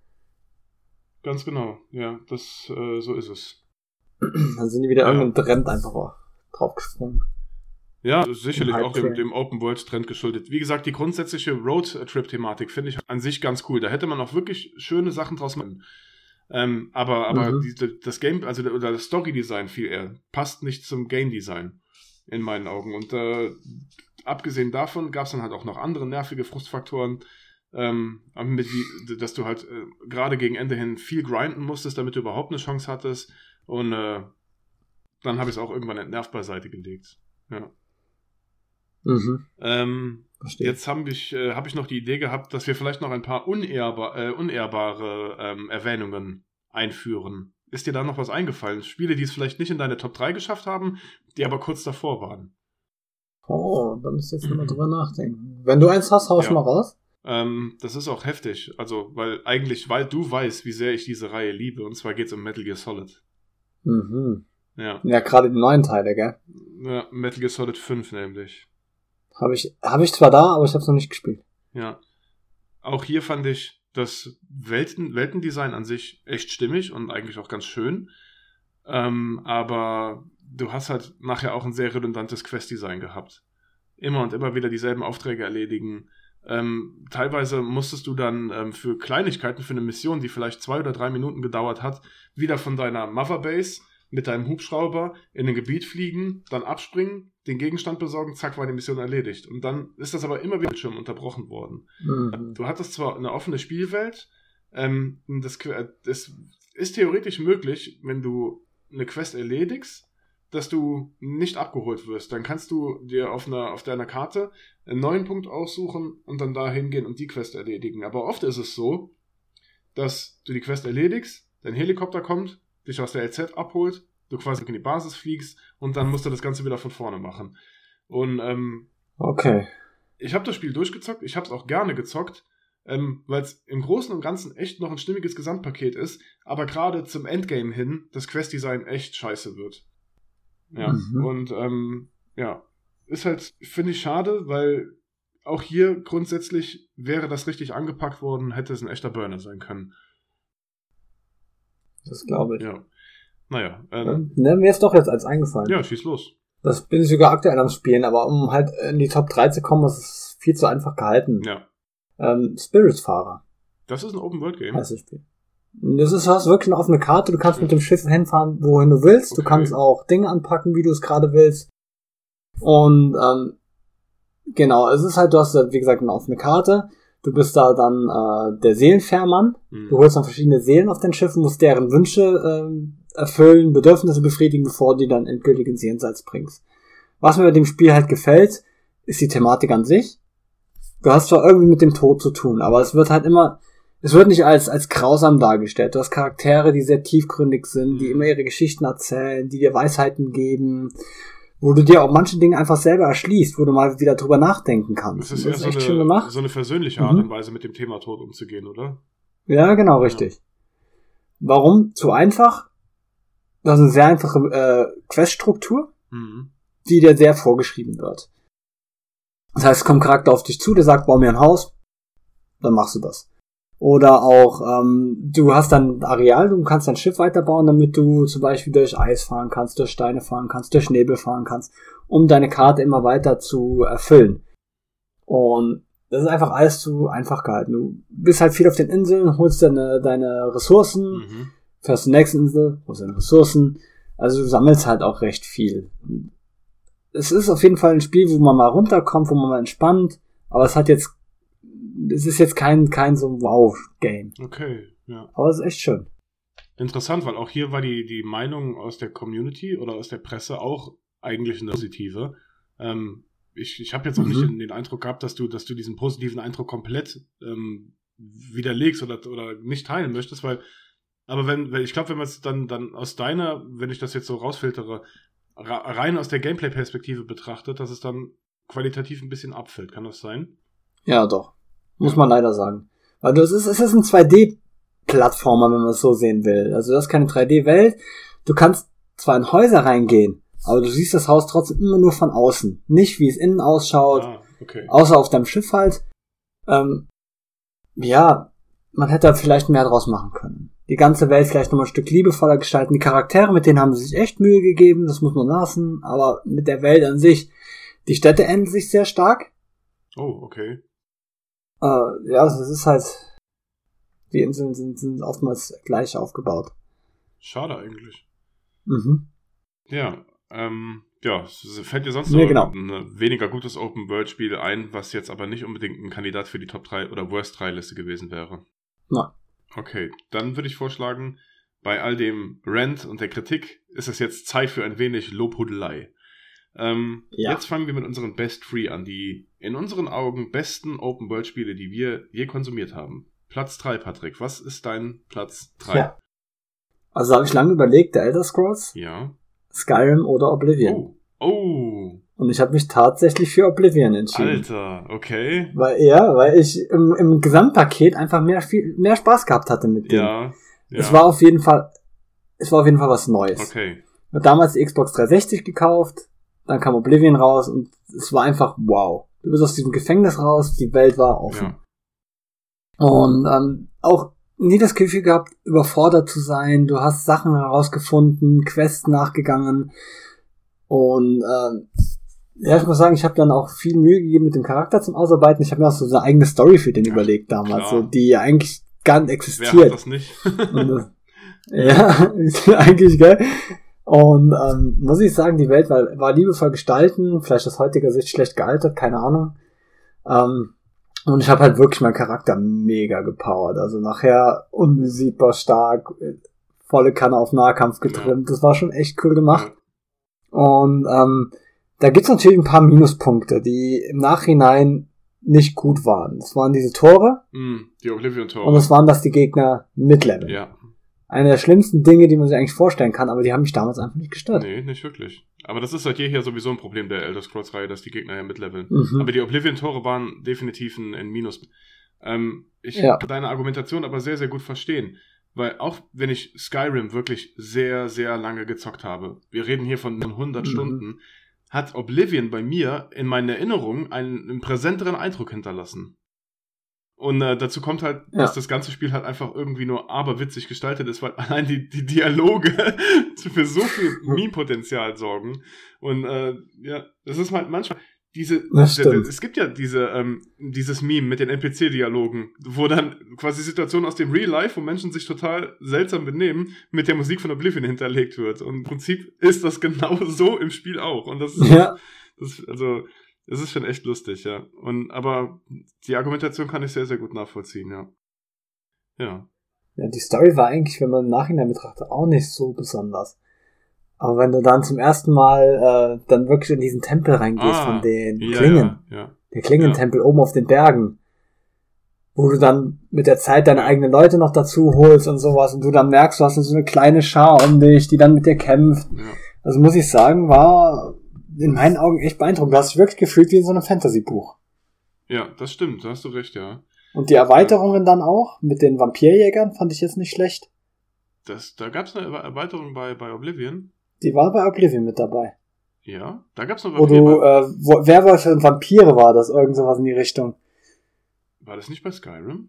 Ganz genau. Ja, das, äh, so ist es. Dann sind die wieder ja. irgendeinem Trend einfach draufgesprungen. Ja, sicherlich auch dem, dem Open-World-Trend geschuldet. Wie gesagt, die grundsätzliche Road-Trip-Thematik finde ich an sich ganz cool. Da hätte man auch wirklich schöne Sachen draus machen. Ähm, aber aber Mhm. die, das Game, also oder das Story-Design viel eher, passt nicht zum Game-Design in meinen Augen. Und äh, abgesehen davon gab es dann halt auch noch andere nervige Frustfaktoren, ähm, mit wie, dass du halt äh, gerade gegen Ende hin viel grinden musstest, damit du überhaupt eine Chance hattest. Und äh, dann habe ich es auch irgendwann entnervt beiseite gelegt. Ja. Mhm. Ähm, Verstehe. jetzt habe ich, äh, hab ich noch die Idee gehabt, dass wir vielleicht noch ein paar unehrbar, äh, unehrbare ähm, Erwähnungen einführen. Ist dir da noch was eingefallen? Spiele, die es vielleicht nicht in deine Top drei geschafft haben, die aber kurz davor waren. Oh, da müsst ihr jetzt nochmal drüber nachdenken. Wenn du eins hast, hau Ja. schon mal raus. Ähm, das ist auch heftig. Also, weil eigentlich, weil du weißt, wie sehr ich diese Reihe liebe. Und zwar geht es um Metal Gear Solid. Mhm. Ja. Ja, gerade die neuen Teile, gell? ja Metal Gear Solid fünf nämlich. Habe ich, hab ich zwar da, aber ich habe es noch nicht gespielt. Ja. Auch hier fand ich das Welten, Weltendesign an sich echt stimmig und eigentlich auch ganz schön. Ähm, aber du hast halt nachher auch ein sehr redundantes Quest-Design gehabt. Immer und immer wieder dieselben Aufträge erledigen. Ähm, teilweise musstest du dann ähm, für Kleinigkeiten, für eine Mission, die vielleicht zwei oder drei Minuten gedauert hat, wieder von deiner Motherbase mit deinem Hubschrauber in ein Gebiet fliegen, dann abspringen, den Gegenstand besorgen, zack, war die Mission erledigt. Und dann ist das aber immer wieder schon unterbrochen worden. Mhm. Du hattest zwar eine offene Spielwelt, ähm, das, das ist theoretisch möglich, wenn du eine Quest erledigst, dass du nicht abgeholt wirst. Dann kannst du dir auf, einer, auf deiner Karte einen neuen Punkt aussuchen und dann da hingehen und die Quest erledigen. Aber oft ist es so, dass du die Quest erledigst, dein Helikopter kommt, dich aus der L Z abholt, du du quasi in die Basis fliegst und dann musst du das Ganze wieder von vorne machen. Und ähm, okay. Ich habe das Spiel durchgezockt, ich habe es auch gerne gezockt, ähm, weil es im Großen und Ganzen echt noch ein stimmiges Gesamtpaket ist, aber gerade zum Endgame hin das Questdesign echt scheiße wird. Ja, mhm. und ähm, ja, ist halt, finde ich, schade, weil auch hier grundsätzlich wäre das richtig angepackt worden, hätte es ein echter Burner sein können. Das glaube ich. Ja. Naja. Ähm, ja, mir ist doch jetzt eins eingefallen. Ja, schieß los. Das bin ich sogar aktuell am Spielen, aber um halt in die Top drei zu kommen, ist es viel zu einfach gehalten. Ja. Ähm, Spirits-Fahrer. Das ist ein Open-World-Game. Heißt das Spiel. Das ist, du hast wirklich eine offene Karte, du kannst ja. mit dem Schiff hinfahren, wohin du willst. Okay. Du kannst auch Dinge anpacken, wie du es gerade willst. Und ähm, genau, es ist halt, du hast wie gesagt eine offene Karte. Du bist da dann äh, der Seelenfährmann. Mhm. Du holst dann verschiedene Seelen auf dein Schiff und musst deren Wünsche ähm, erfüllen, Bedürfnisse befriedigen, bevor du die dann endgültig ins Jenseits bringst. Was mir bei dem Spiel halt gefällt, ist die Thematik an sich. Du hast zwar irgendwie mit dem Tod zu tun, aber es wird halt immer, es wird nicht als als grausam dargestellt. Du hast Charaktere, die sehr tiefgründig sind, die immer ihre Geschichten erzählen, die dir Weisheiten geben, wo du dir auch manche Dinge einfach selber erschließt, wo du mal wieder drüber nachdenken kannst. Das ist, das ist echt so, eine, schön gemacht. So eine versöhnliche Art mhm. und Weise, mit dem Thema Tod umzugehen, oder? Ja, genau, richtig. Ja. Warum? Zu einfach? Das ist eine sehr einfache äh, Queststruktur, mhm. die dir sehr vorgeschrieben wird. Das heißt, es kommt ein Charakter auf dich zu, der sagt, bau mir ein Haus, dann machst du das. Oder auch, ähm, du hast dann ein Areal, du kannst dein Schiff weiterbauen, damit du zum Beispiel durch Eis fahren kannst, durch Steine fahren kannst, durch Nebel fahren kannst, um deine Karte immer weiter zu erfüllen. Und das ist einfach alles zu einfach gehalten. Du bist halt viel auf den Inseln, holst deine, deine Ressourcen, mhm. fährst zur nächsten Insel, holst deine Ressourcen. Also du sammelst halt auch recht viel. Es ist auf jeden Fall ein Spiel, wo man mal runterkommt, wo man mal entspannt, aber es hat jetzt es ist jetzt kein, kein so Wow-Game. Okay, ja. Aber es ist echt schön. Interessant, weil auch hier war die, die Meinung aus der Community oder aus der Presse auch eigentlich eine positive. Ähm, ich ich habe jetzt auch mhm. nicht den, den Eindruck gehabt, dass du, dass du diesen positiven Eindruck komplett ähm, widerlegst oder, oder nicht teilen möchtest, weil, aber wenn, wenn ich glaube, wenn man es dann, dann aus deiner, wenn ich das jetzt so rausfiltere, ra- rein aus der Gameplay-Perspektive betrachtet, dass es dann qualitativ ein bisschen abfällt. Kann das sein? Ja, doch. Muss man leider sagen. Weil das ist, es ist ein zwei D-Plattformer, wenn man es so sehen will. Also das ist keine drei D-Welt. Du kannst zwar in Häuser reingehen, aber du siehst das Haus trotzdem immer nur von außen. Nicht, wie es innen ausschaut. Ah, okay. Außer auf deinem Schiff halt. Ähm, ja, man hätte da vielleicht mehr draus machen können. Die ganze Welt vielleicht nochmal ein Stück liebevoller gestalten. Die Charaktere, mit denen haben sie sich echt Mühe gegeben. Das muss man lassen. Aber mit der Welt an sich, die Städte ändern sich sehr stark. Oh, okay. Äh, ja, also es ist halt, die Inseln sind, sind oftmals gleich aufgebaut. Schade eigentlich. Mhm. Ja, ähm, ja, fällt dir sonst nee, noch genau. ein weniger gutes Open-World-Spiel ein, was jetzt aber nicht unbedingt ein Kandidat für die Top drei oder Worst drei Liste gewesen wäre? Nein. Okay, dann würde ich vorschlagen, bei all dem Rant und der Kritik ist es jetzt Zeit für ein wenig Lobhudelei. Ähm, ja. Jetzt fangen wir mit unseren Best Three an, die in unseren Augen besten Open-World-Spiele, die wir je konsumiert haben. Platz drei, Patrick. Was ist dein Platz drei? Ja. Also habe ich lange überlegt, der Elder Scrolls, ja. Skyrim oder Oblivion. Oh. Oh. Und ich habe mich tatsächlich für Oblivion entschieden. Alter, okay. Weil, ja, weil ich im, im Gesamtpaket einfach mehr, viel, mehr Spaß gehabt hatte mit dem. Ja, ja. Es war auf jeden Fall, es war auf jeden Fall was Neues. Okay. Ich habe damals die Xbox dreihundertsechzig gekauft. Dann kam Oblivion raus und es war einfach wow. Du bist aus diesem Gefängnis raus, die Welt war offen. Ja. Und ähm, auch nie das Gefühl gehabt, überfordert zu sein. Du hast Sachen herausgefunden, Quests nachgegangen. Und ähm, ja, ich muss sagen, ich habe dann auch viel Mühe gegeben mit dem Charakter zum Ausarbeiten. Ich habe mir auch so eine eigene Story für den ja, überlegt damals, so, die ja eigentlich gar nicht existiert. Wer hat das nicht? und, äh, ja, eigentlich, gell? Und ähm, muss ich sagen, die Welt war, war liebevoll gestalten, vielleicht aus heutiger Sicht schlecht gealtert, keine Ahnung. Ähm, und ich habe halt wirklich meinen Charakter mega gepowert. Also nachher unbesiegbar stark, volle Kanne auf Nahkampf getrimmt. Ja. Das war schon echt cool gemacht. Ja. Und ähm, da gibt's natürlich ein paar Minuspunkte, die im Nachhinein nicht gut waren. Das waren diese Tore. Mm, die Oblivion-Tore. Und das waren das die Gegner Mid-Level. Ja. eine der schlimmsten Dinge, die man sich eigentlich vorstellen kann, aber die haben mich damals einfach nicht gestört. Nee, nicht wirklich. Aber das ist seit jeher sowieso ein Problem der Elder Scrolls-Reihe, dass die Gegner ja mitleveln. Mhm. Aber die Oblivion-Tore waren definitiv ein, ein Minus. Ähm, ich Ja. kann deine Argumentation aber sehr, sehr gut verstehen. Weil auch wenn ich Skyrim wirklich sehr, sehr lange gezockt habe, wir reden hier von hundert Mhm. Stunden, hat Oblivion bei mir in meinen Erinnerungen einen, einen präsenteren Eindruck hinterlassen. Und äh, dazu kommt halt, Ja. dass das ganze Spiel halt einfach irgendwie nur aberwitzig gestaltet ist, weil allein die, die Dialoge für so viel Meme-Potenzial sorgen. Und äh, ja, das ist halt manchmal diese, Das diese stimmt. es gibt ja diese ähm, dieses Meme mit den N P C-Dialogen, wo dann quasi Situationen aus dem Real Life, wo Menschen sich total seltsam benehmen, mit der Musik von Oblivion hinterlegt wird. Und im Prinzip ist das genau so im Spiel auch. Und das ist, Ja. das, also es ist schon echt lustig, ja. Und aber die Argumentation kann ich sehr, sehr gut nachvollziehen, ja. Ja. Ja, die Story war eigentlich, wenn man im Nachhinein betrachtet, auch nicht so besonders. Aber wenn du dann zum ersten Mal äh, dann wirklich in diesen Tempel reingehst Ah, von den ja, Klingen, ja, ja. der Klingentempel oben auf den Bergen, wo du dann mit der Zeit deine eigenen Leute noch dazu holst und sowas und du dann merkst, du hast so eine kleine Schar um dich, die dann mit dir kämpft. Ja. Also muss ich sagen, war in meinen Augen echt beeindruckend. Du hast dich wirklich gefühlt wie in so einem Fantasy-Buch. Ja, das stimmt, da hast du recht, ja. Und die Erweiterungen dann auch mit den Vampirjägern fand ich jetzt nicht schlecht. Das, da gab es eine Erweiterung bei, bei Oblivion. Die war bei Oblivion mit dabei. Ja, da gab es eine Wo du, äh, wo, Werwölfe und Vampire war das, irgend sowas in die Richtung. War das nicht bei Skyrim?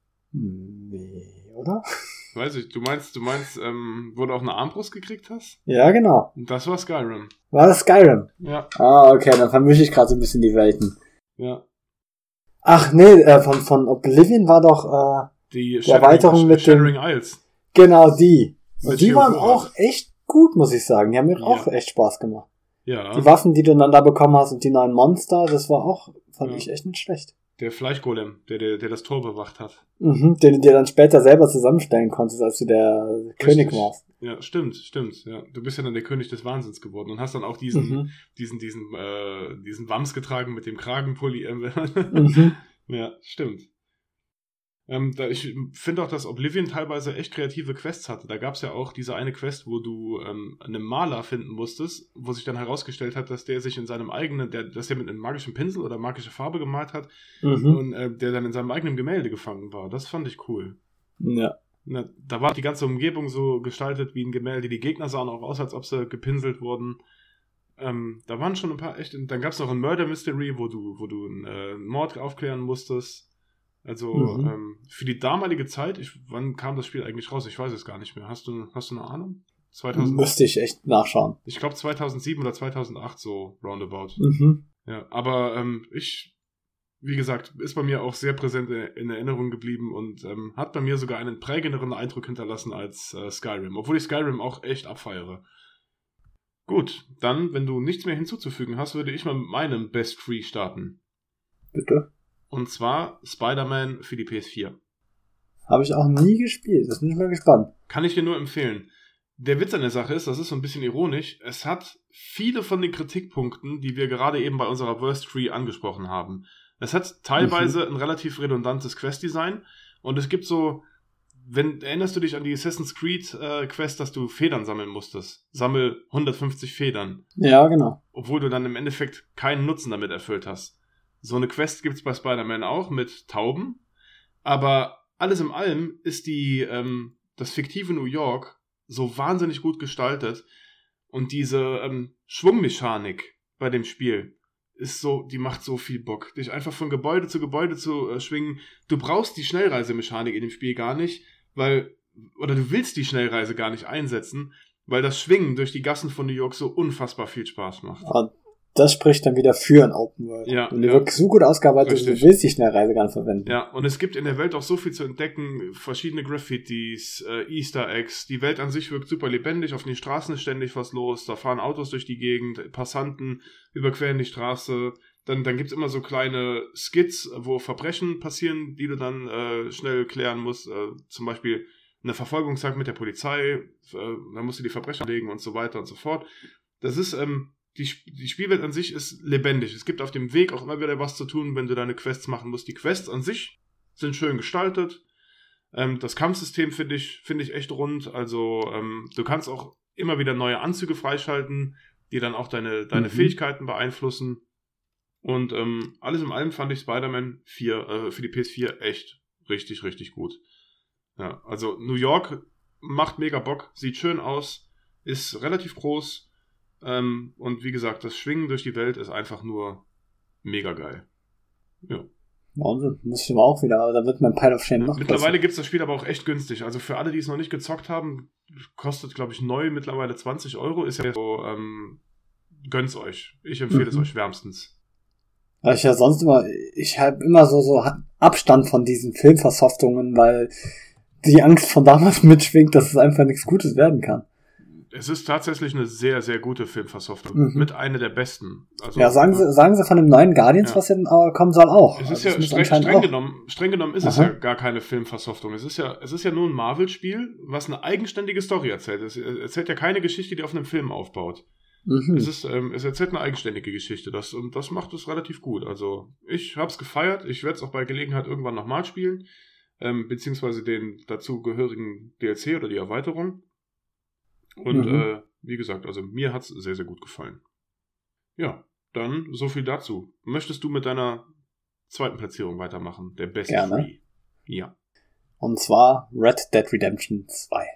Nee, oder? Weiß ich, du meinst, du meinst, ähm, wo du auch eine Armbrust gekriegt hast? Ja, genau. Das war Skyrim. War das Skyrim? Ja, Ah, okay, dann vermische ich gerade so ein bisschen die Welten. ja. Ach nee, äh, von, von Oblivion war doch, äh, Die Die Erweiterung mit dem- Shattering Isles. genau die. Und Mit die waren Theodora. auch echt gut, muss ich sagen. Die haben mir Ja. auch echt Spaß gemacht. Ja, Die Waffen, die du dann da bekommen hast und die neuen Monster, das war auch, fand Ja. ich echt nicht schlecht. der Fleischgolem, der, der, der das Tor bewacht hat. Mhm, den du dir dann später selber zusammenstellen konntest, als du der König Richtig. warst. Ja, stimmt, stimmt. Ja. Du bist ja dann der König des Wahnsinns geworden und hast dann auch diesen, Mhm. diesen, diesen, äh, diesen Wams getragen mit dem Kragenpulli. äh, Mhm. Ja, stimmt. Ähm, da, ich finde auch, dass Oblivion teilweise echt kreative Quests hatte. Da gab es ja auch diese eine Quest, wo du ähm, einen Maler finden musstest, wo sich dann herausgestellt hat, dass der sich in seinem eigenen, der, dass der mit einem magischen Pinsel oder magische Farbe gemalt hat Mhm. und äh, der dann in seinem eigenen Gemälde gefangen war. Das fand ich cool. Ja. Na, da war die ganze Umgebung so gestaltet wie ein Gemälde. Die Gegner sahen auch aus, als ob sie gepinselt wurden. Ähm, da waren schon ein paar echt. Dann gab es noch ein Murder Mystery, wo du, wo du einen äh, Mord aufklären musstest. Also Mhm. ähm, für die damalige Zeit, ich, wann kam das Spiel eigentlich raus? Ich weiß es gar nicht mehr. Hast du, hast du eine Ahnung? zweitausend, Müsste ich echt nachschauen. ich glaube zweitausendsieben oder zweitausendacht so roundabout. Mhm. Ja, aber ähm, ich, wie gesagt, ist bei mir auch sehr präsent in, in Erinnerung geblieben und ähm, hat bei mir sogar einen prägenderen Eindruck hinterlassen als äh, Skyrim, obwohl ich Skyrim auch echt abfeiere. Gut, dann, wenn du nichts mehr hinzuzufügen hast, würde ich mal mit meinem Best Free starten. Bitte? Und zwar Spider-Man für die P S vier. Habe ich auch nie gespielt. Das bin ich mal gespannt. Kann ich dir nur empfehlen. Der Witz an der Sache ist, das ist so ein bisschen ironisch, es hat viele von den Kritikpunkten, die wir gerade eben bei unserer Worst Tree angesprochen haben. Es hat teilweise mhm. ein relativ redundantes Quest-Design und es gibt so, wenn, erinnerst du dich an die Assassin's Creed äh, Quest, dass du Federn sammeln musstest? Sammel hundertfünfzig Federn. Ja, genau. Obwohl du dann im Endeffekt keinen Nutzen damit erfüllt hast. So eine Quest gibt's bei Spider-Man auch mit Tauben, aber alles in allem ist die, ähm, das fiktive New York so wahnsinnig gut gestaltet und diese ähm, Schwungmechanik bei dem Spiel ist so, die macht so viel Bock, dich einfach von Gebäude zu Gebäude zu äh, schwingen. Du brauchst die Schnellreisemechanik in dem Spiel gar nicht, weil, oder du willst die Schnellreise gar nicht einsetzen, weil das Schwingen durch die Gassen von New York so unfassbar viel Spaß macht. Und das spricht dann wieder für ein Open World. Ja, Wenn du ja. wirklich so gut ausgearbeitet bist, Richtig. du willst die Schnellreise gar nicht verwenden. Ja, und es gibt in der Welt auch so viel zu entdecken, verschiedene Graffitis, äh, Easter Eggs, die Welt an sich wirkt super lebendig, auf den Straßen ist ständig was los, da fahren Autos durch die Gegend, Passanten überqueren die Straße, dann, dann gibt's immer so kleine Skits, wo Verbrechen passieren, die du dann äh, schnell klären musst, äh, zum Beispiel eine Verfolgungsjagd mit der Polizei, äh, da musst du die Verbrecher legen und so weiter und so fort. Das ist, ähm, Die, die Spielwelt an sich ist lebendig. Es gibt auf dem Weg auch immer wieder was zu tun, wenn du deine Quests machen musst. Die Quests an sich sind schön gestaltet. Ähm, das Kampfsystem finde ich, finde ich echt rund. Also ähm, du kannst auch immer wieder neue Anzüge freischalten, die dann auch deine, deine mhm. Fähigkeiten beeinflussen. Und ähm, alles in allem fand ich Spider-Man vier äh, für die P S vier echt richtig, richtig gut. Ja, also New York macht mega Bock, sieht schön aus, ist relativ groß. Ähm, und wie gesagt, das Schwingen durch die Welt ist einfach nur mega geil. Ja. Wahnsinn, muss ich aber auch wieder, aber da wird mein Pile of Shame noch Mittlerweile gibt es das Spiel aber auch echt günstig. Also für alle, die es noch nicht gezockt haben, kostet, glaube ich, neu mittlerweile zwanzig Euro. Ist ja so, ähm, gönnt's euch. Ich empfehle mhm. es euch wärmstens. Weil ich ja sonst immer, ich habe immer so, so Abstand von diesen Filmversoftungen, weil die Angst von damals mitschwingt, dass es einfach nichts Gutes werden kann. Es ist tatsächlich eine sehr, sehr gute Filmversoftung. Mhm. Mit einer der besten. Also, ja, sagen Sie, sagen Sie von dem neuen Guardians, ja. was jetzt kommen soll, auch. Es ist also ja streng, streng, genommen, streng genommen ist Aha. es ja gar keine Filmversoftung. Es ist ja, es ist ja nur ein Marvel-Spiel, was eine eigenständige Story erzählt. Es erzählt ja keine Geschichte, die auf einem Film aufbaut. Mhm. Es ist, ähm, es erzählt eine eigenständige Geschichte. Das, und das macht es relativ gut. Also, ich hab's gefeiert. Ich werde es auch bei Gelegenheit irgendwann nochmal spielen. Ähm, beziehungsweise den dazugehörigen D L C oder die Erweiterung. Und mhm. äh, wie gesagt, also mir hat's sehr, sehr gut gefallen. Ja, dann so viel dazu. Möchtest du mit deiner zweiten Platzierung weitermachen? Der Best Gerne. Free. Ja. Und zwar Red Dead Redemption zwei.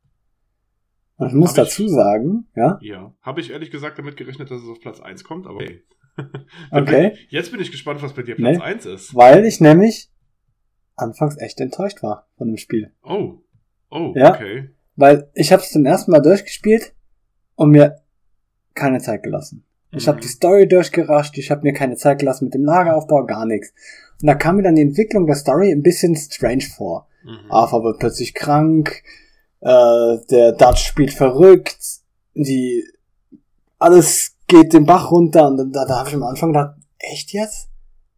Und ich muss hab dazu ich, sagen, ja? Ja, habe ich ehrlich gesagt damit gerechnet, dass es auf Platz eins kommt, aber okay. okay. Bin, jetzt bin ich gespannt, was bei dir Platz nee, eins ist. Weil ich nämlich anfangs echt enttäuscht war von dem Spiel. Oh, oh, ja? okay. Weil ich habe es zum ersten Mal durchgespielt und mir keine Zeit gelassen. Ich mhm. habe die Story durchgerascht, ich habe mir keine Zeit gelassen mit dem Lageraufbau, gar nichts. Und da kam mir dann die Entwicklung der Story ein bisschen strange vor. Mhm. Arthur wird plötzlich krank, äh, der Dutch spielt verrückt, die alles geht den Bach runter und da, da habe ich am Anfang gedacht, echt jetzt?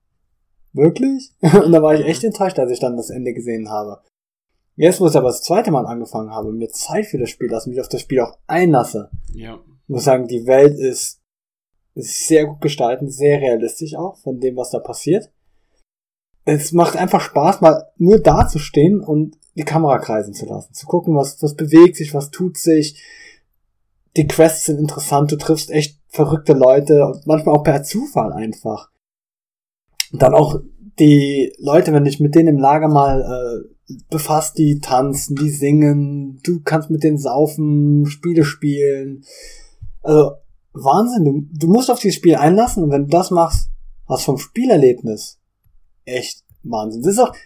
Wirklich? Und da war ich echt enttäuscht, als ich dann das Ende gesehen habe. Jetzt, wo ich aber das zweite Mal angefangen habe, mir Zeit für das Spiel lasse, mich auf das Spiel auch einlasse, ja. muss sagen, die Welt ist, ist sehr gut gestaltet, sehr realistisch auch von dem, was da passiert. Es macht einfach Spaß, mal nur da zu stehen und die Kamera kreisen zu lassen, zu gucken, was, was bewegt sich, was tut sich. Die Quests sind interessant, du triffst echt verrückte Leute und manchmal auch per Zufall einfach. Und dann auch die Leute, wenn du dich mit denen im Lager mal äh, befasst, die tanzen, die singen, du kannst mit denen saufen, Spiele spielen. Also Wahnsinn, du, du musst auf dieses Spiel einlassen und wenn du das machst, hast du vom Spielerlebnis echt Wahnsinn. Das ist auch,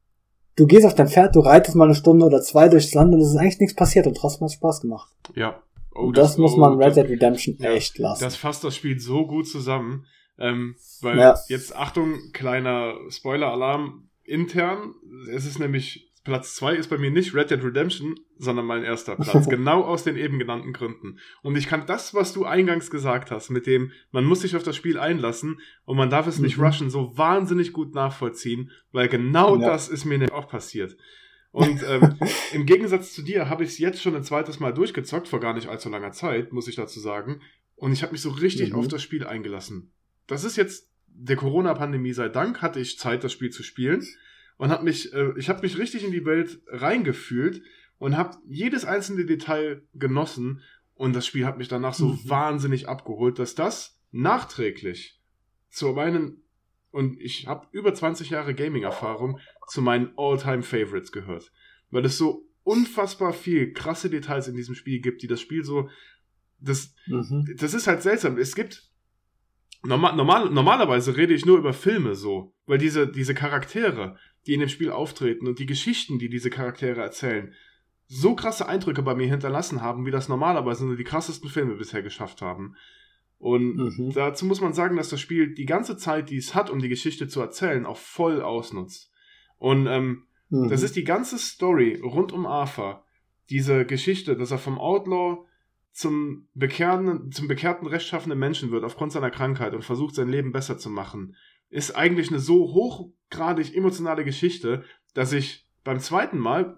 du gehst auf dein Pferd, du reitest mal eine Stunde oder zwei durchs Land und es ist eigentlich nichts passiert und trotzdem hat es Spaß gemacht. Ja. Oh, und das, das muss man oh, Red Dead Redemption ja, echt lassen. Das fasst das Spiel so gut zusammen. Ähm, weil ja. jetzt, Achtung, kleiner Spoiler-Alarm intern. Es ist nämlich, Platz zwei ist bei mir nicht Red Dead Redemption, sondern mein erster Platz. Genau aus den eben genannten Gründen. Und ich kann das, was du eingangs gesagt hast, mit dem, man muss sich auf das Spiel einlassen und man darf es nicht mhm. rushen, so wahnsinnig gut nachvollziehen, weil genau ja. das ist mir nämlich auch passiert. Und ähm, im Gegensatz zu dir habe ich es jetzt schon ein zweites Mal durchgezockt, vor gar nicht allzu langer Zeit, muss ich dazu sagen. Und ich habe mich so richtig mhm. auf das Spiel eingelassen. Das ist jetzt der Corona-Pandemie sei Dank, hatte ich Zeit, das Spiel zu spielen. Und hab mich, äh, ich habe mich richtig in die Welt reingefühlt und habe jedes einzelne Detail genossen. Und das Spiel hat mich danach so mhm. wahnsinnig abgeholt, dass das nachträglich zu meinen, und ich habe über zwanzig Jahre Gaming-Erfahrung, zu meinen All-Time-Favorites gehört. Weil es so unfassbar viel krasse Details in diesem Spiel gibt, die das Spiel so, das, mhm. das ist halt seltsam. Es gibt, normal, normal, normalerweise rede ich nur über Filme so, weil diese, diese Charaktere, die in dem Spiel auftreten und die Geschichten, die diese Charaktere erzählen, so krasse Eindrücke bei mir hinterlassen haben, wie das normalerweise nur die krassesten Filme bisher geschafft haben. Und mhm. dazu muss man sagen, dass das Spiel die ganze Zeit, die es hat, um die Geschichte zu erzählen, auch voll ausnutzt. Und ähm, mhm. das ist die ganze Story rund um Arthur. Diese Geschichte, dass er vom Outlaw zum bekehrten, zum bekehrten, rechtschaffenen Menschen wird aufgrund seiner Krankheit und versucht, sein Leben besser zu machen, ist eigentlich eine so hochgradig emotionale Geschichte, dass ich beim zweiten Mal,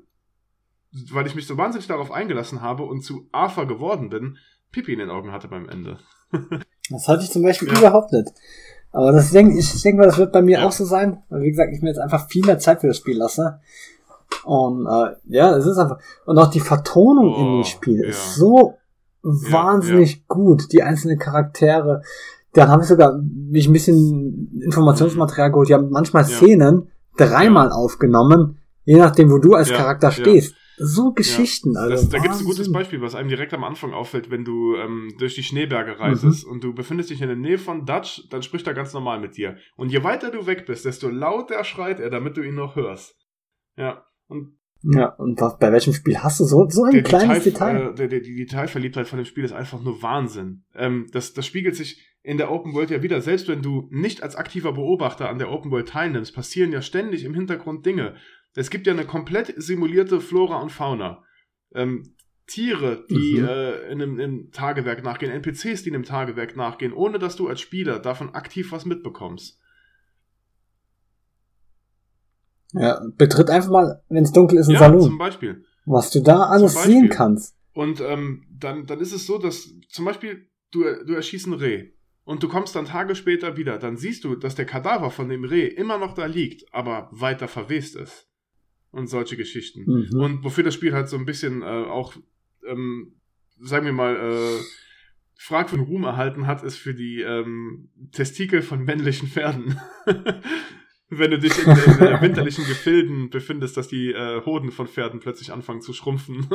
weil ich mich so wahnsinnig darauf eingelassen habe und zu Arthur geworden bin, Pipi in den Augen hatte beim Ende. Das hatte ich zum Beispiel ja. überhaupt nicht. Aber das denke ich, ich denke mal, das wird bei mir ja. auch so sein, weil wie gesagt, ich mir jetzt einfach viel mehr Zeit für das Spiel lasse. Und äh, ja, es ist einfach, und auch die Vertonung oh, in dem Spiel ja. ist so wahnsinnig ja, ja. gut. Die einzelnen Charaktere, dann habe ich sogar mich ein bisschen Informationsmaterial geholt. Die haben manchmal ja. Szenen dreimal ja. aufgenommen, je nachdem, wo du als ja, Charakter stehst. Ja. So Geschichten. Ja. Also das, da gibt es ein gutes Beispiel, was einem direkt am Anfang auffällt, wenn du ähm, durch die Schneeberge reitest mhm. und du befindest dich in der Nähe von Dutch, dann spricht er ganz normal mit dir. Und je weiter du weg bist, desto lauter schreit er, damit du ihn noch hörst. Ja. Und ja, und was, bei welchem Spiel hast du so, so ein der kleines Detail? Detail? Äh, der, der, die Detailverliebtheit von dem Spiel ist einfach nur Wahnsinn. Ähm, das, das spiegelt sich in der Open World ja wieder. Selbst wenn du nicht als aktiver Beobachter an der Open World teilnimmst, passieren ja ständig im Hintergrund Dinge. Es gibt ja eine komplett simulierte Flora und Fauna. Ähm, Tiere, die mhm. äh, in, einem, in einem Tagewerk nachgehen, N P Cs, die in einem Tagewerk nachgehen, ohne dass du als Spieler davon aktiv was mitbekommst. Ja, betritt einfach mal, wenn es dunkel ist, einen ja, Salon. Zum Beispiel. Was du da alles sehen kannst. Und ähm, dann, dann ist es so, dass zum Beispiel du, du erschießt ein Reh und du kommst dann Tage später wieder. Dann siehst du, dass der Kadaver von dem Reh immer noch da liegt, aber weiter verwest ist. Und solche Geschichten. Mhm. Und wofür das Spiel halt so ein bisschen äh, auch, ähm, sagen wir mal, äh, fragwürdigen Ruhm erhalten hat, ist für die ähm, Testikel von männlichen Pferden. Wenn du dich in, in äh, winterlichen Gefilden befindest, dass die äh, Hoden von Pferden plötzlich anfangen zu schrumpfen.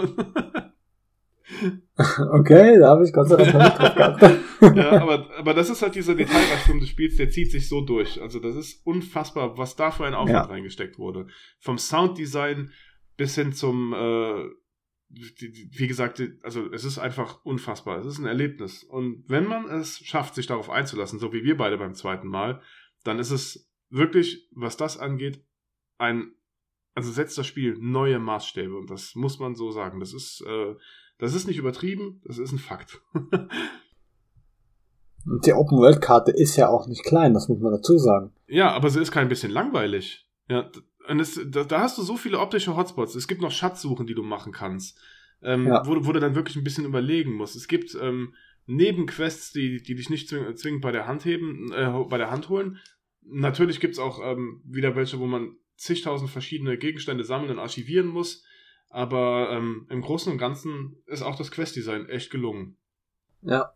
Okay, da habe ich Gott sei Dank nicht drauf gehabt. Ja, aber, aber das ist halt dieser Detailreichtum des Spiels, der zieht sich so durch. Also das ist unfassbar, was da für ein Aufwand ja. reingesteckt wurde. Vom Sounddesign bis hin zum, äh, wie gesagt, also es ist einfach unfassbar. Es ist ein Erlebnis. Und wenn man es schafft, sich darauf einzulassen, so wie wir beide beim zweiten Mal, dann ist es wirklich, was das angeht, ein, also setzt das Spiel neue Maßstäbe. Und das muss man so sagen. Das ist, äh, das ist nicht übertrieben, das ist ein Fakt. Und die Open-World-Karte ist ja auch nicht klein, das muss man dazu sagen. Ja, aber sie ist kein bisschen langweilig. Ja, und es, da, da hast du so viele optische Hotspots. Es gibt noch Schatzsuchen, die du machen kannst, ähm, ja. wo, wo du dann wirklich ein bisschen überlegen musst. Es gibt ähm, Nebenquests, die, die dich nicht zwing, zwingend bei der Hand heben, äh, bei der Hand holen. Natürlich gibt es auch ähm, wieder welche, wo man zigtausend verschiedene Gegenstände sammeln und archivieren muss. Aber ähm, im Großen und Ganzen ist auch das Quest-Design echt gelungen. Ja.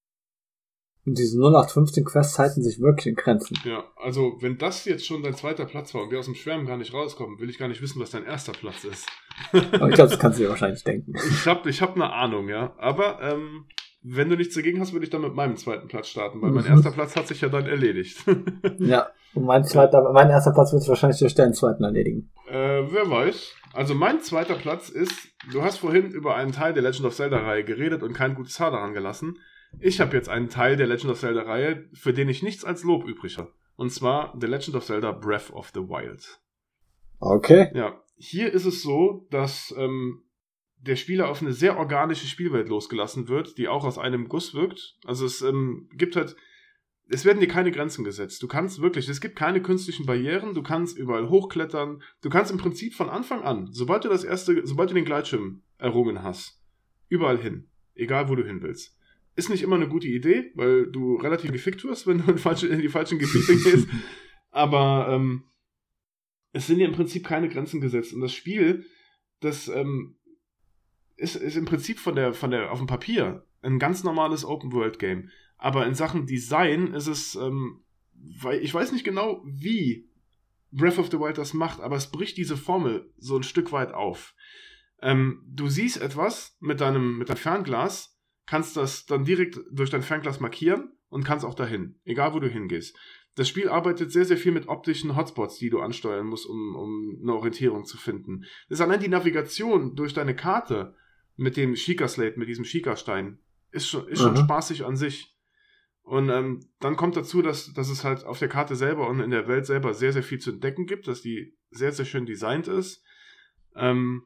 Und diese null acht fünfzehn Quests halten sich wirklich in Grenzen. Ja, also wenn das jetzt schon dein zweiter Platz war und wir aus dem Schwärmen gar nicht rauskommen, will ich gar nicht wissen, was dein erster Platz ist. Aber ich glaube, das kannst du dir wahrscheinlich denken. Ich habe ich hab eine Ahnung, ja. Aber ähm, wenn du nichts dagegen hast, würde ich dann mit meinem zweiten Platz starten, weil mhm. mein erster Platz hat sich ja dann erledigt. Ja, und mein, zweiter, mein erster Platz wird sich wahrscheinlich durch deinen zweiten erledigen. Äh, wer weiß. Also mein zweiter Platz ist, du hast vorhin über einen Teil der Legend of Zelda-Reihe geredet und kein gutes Haar daran gelassen. Ich habe jetzt einen Teil der Legend of Zelda-Reihe, für den ich nichts als Lob übrig habe. Und zwar The Legend of Zelda Breath of the Wild. Okay. Ja, hier ist es so, dass ähm, der Spieler auf eine sehr organische Spielwelt losgelassen wird, die auch aus einem Guss wirkt. Also es ähm, gibt halt, es werden dir keine Grenzen gesetzt. Du kannst wirklich, es gibt keine künstlichen Barrieren, du kannst überall hochklettern, du kannst im Prinzip von Anfang an, sobald du das erste, sobald du den Gleitschirm errungen hast, überall hin, egal wo du hin willst. Ist nicht immer eine gute Idee, weil du relativ gefickt wirst, wenn du in, falsche, in die falschen Gebiete gehst, aber ähm, es sind dir im Prinzip keine Grenzen gesetzt und das Spiel, das ähm, ist, ist im Prinzip von der, von der, auf dem Papier ein ganz normales Open-World-Game. Aber in Sachen Design ist es, ähm, weil ich weiß nicht genau, wie Breath of the Wild das macht, aber es bricht diese Formel so ein Stück weit auf. Ähm, du siehst etwas mit deinem, mit deinem Fernglas, kannst das dann direkt durch dein Fernglas markieren und kannst auch dahin, egal wo du hingehst. Das Spiel arbeitet sehr, sehr viel mit optischen Hotspots, die du ansteuern musst, um, um eine Orientierung zu finden. Das ist allein die Navigation durch deine Karte mit dem Sheikah Slate, mit diesem Sheikah-Stein, ist schon, ist schon mhm. spaßig an sich. Und ähm, dann kommt dazu, dass, dass es halt auf der Karte selber und in der Welt selber sehr, sehr viel zu entdecken gibt, dass die sehr, sehr schön designt ist. Ähm,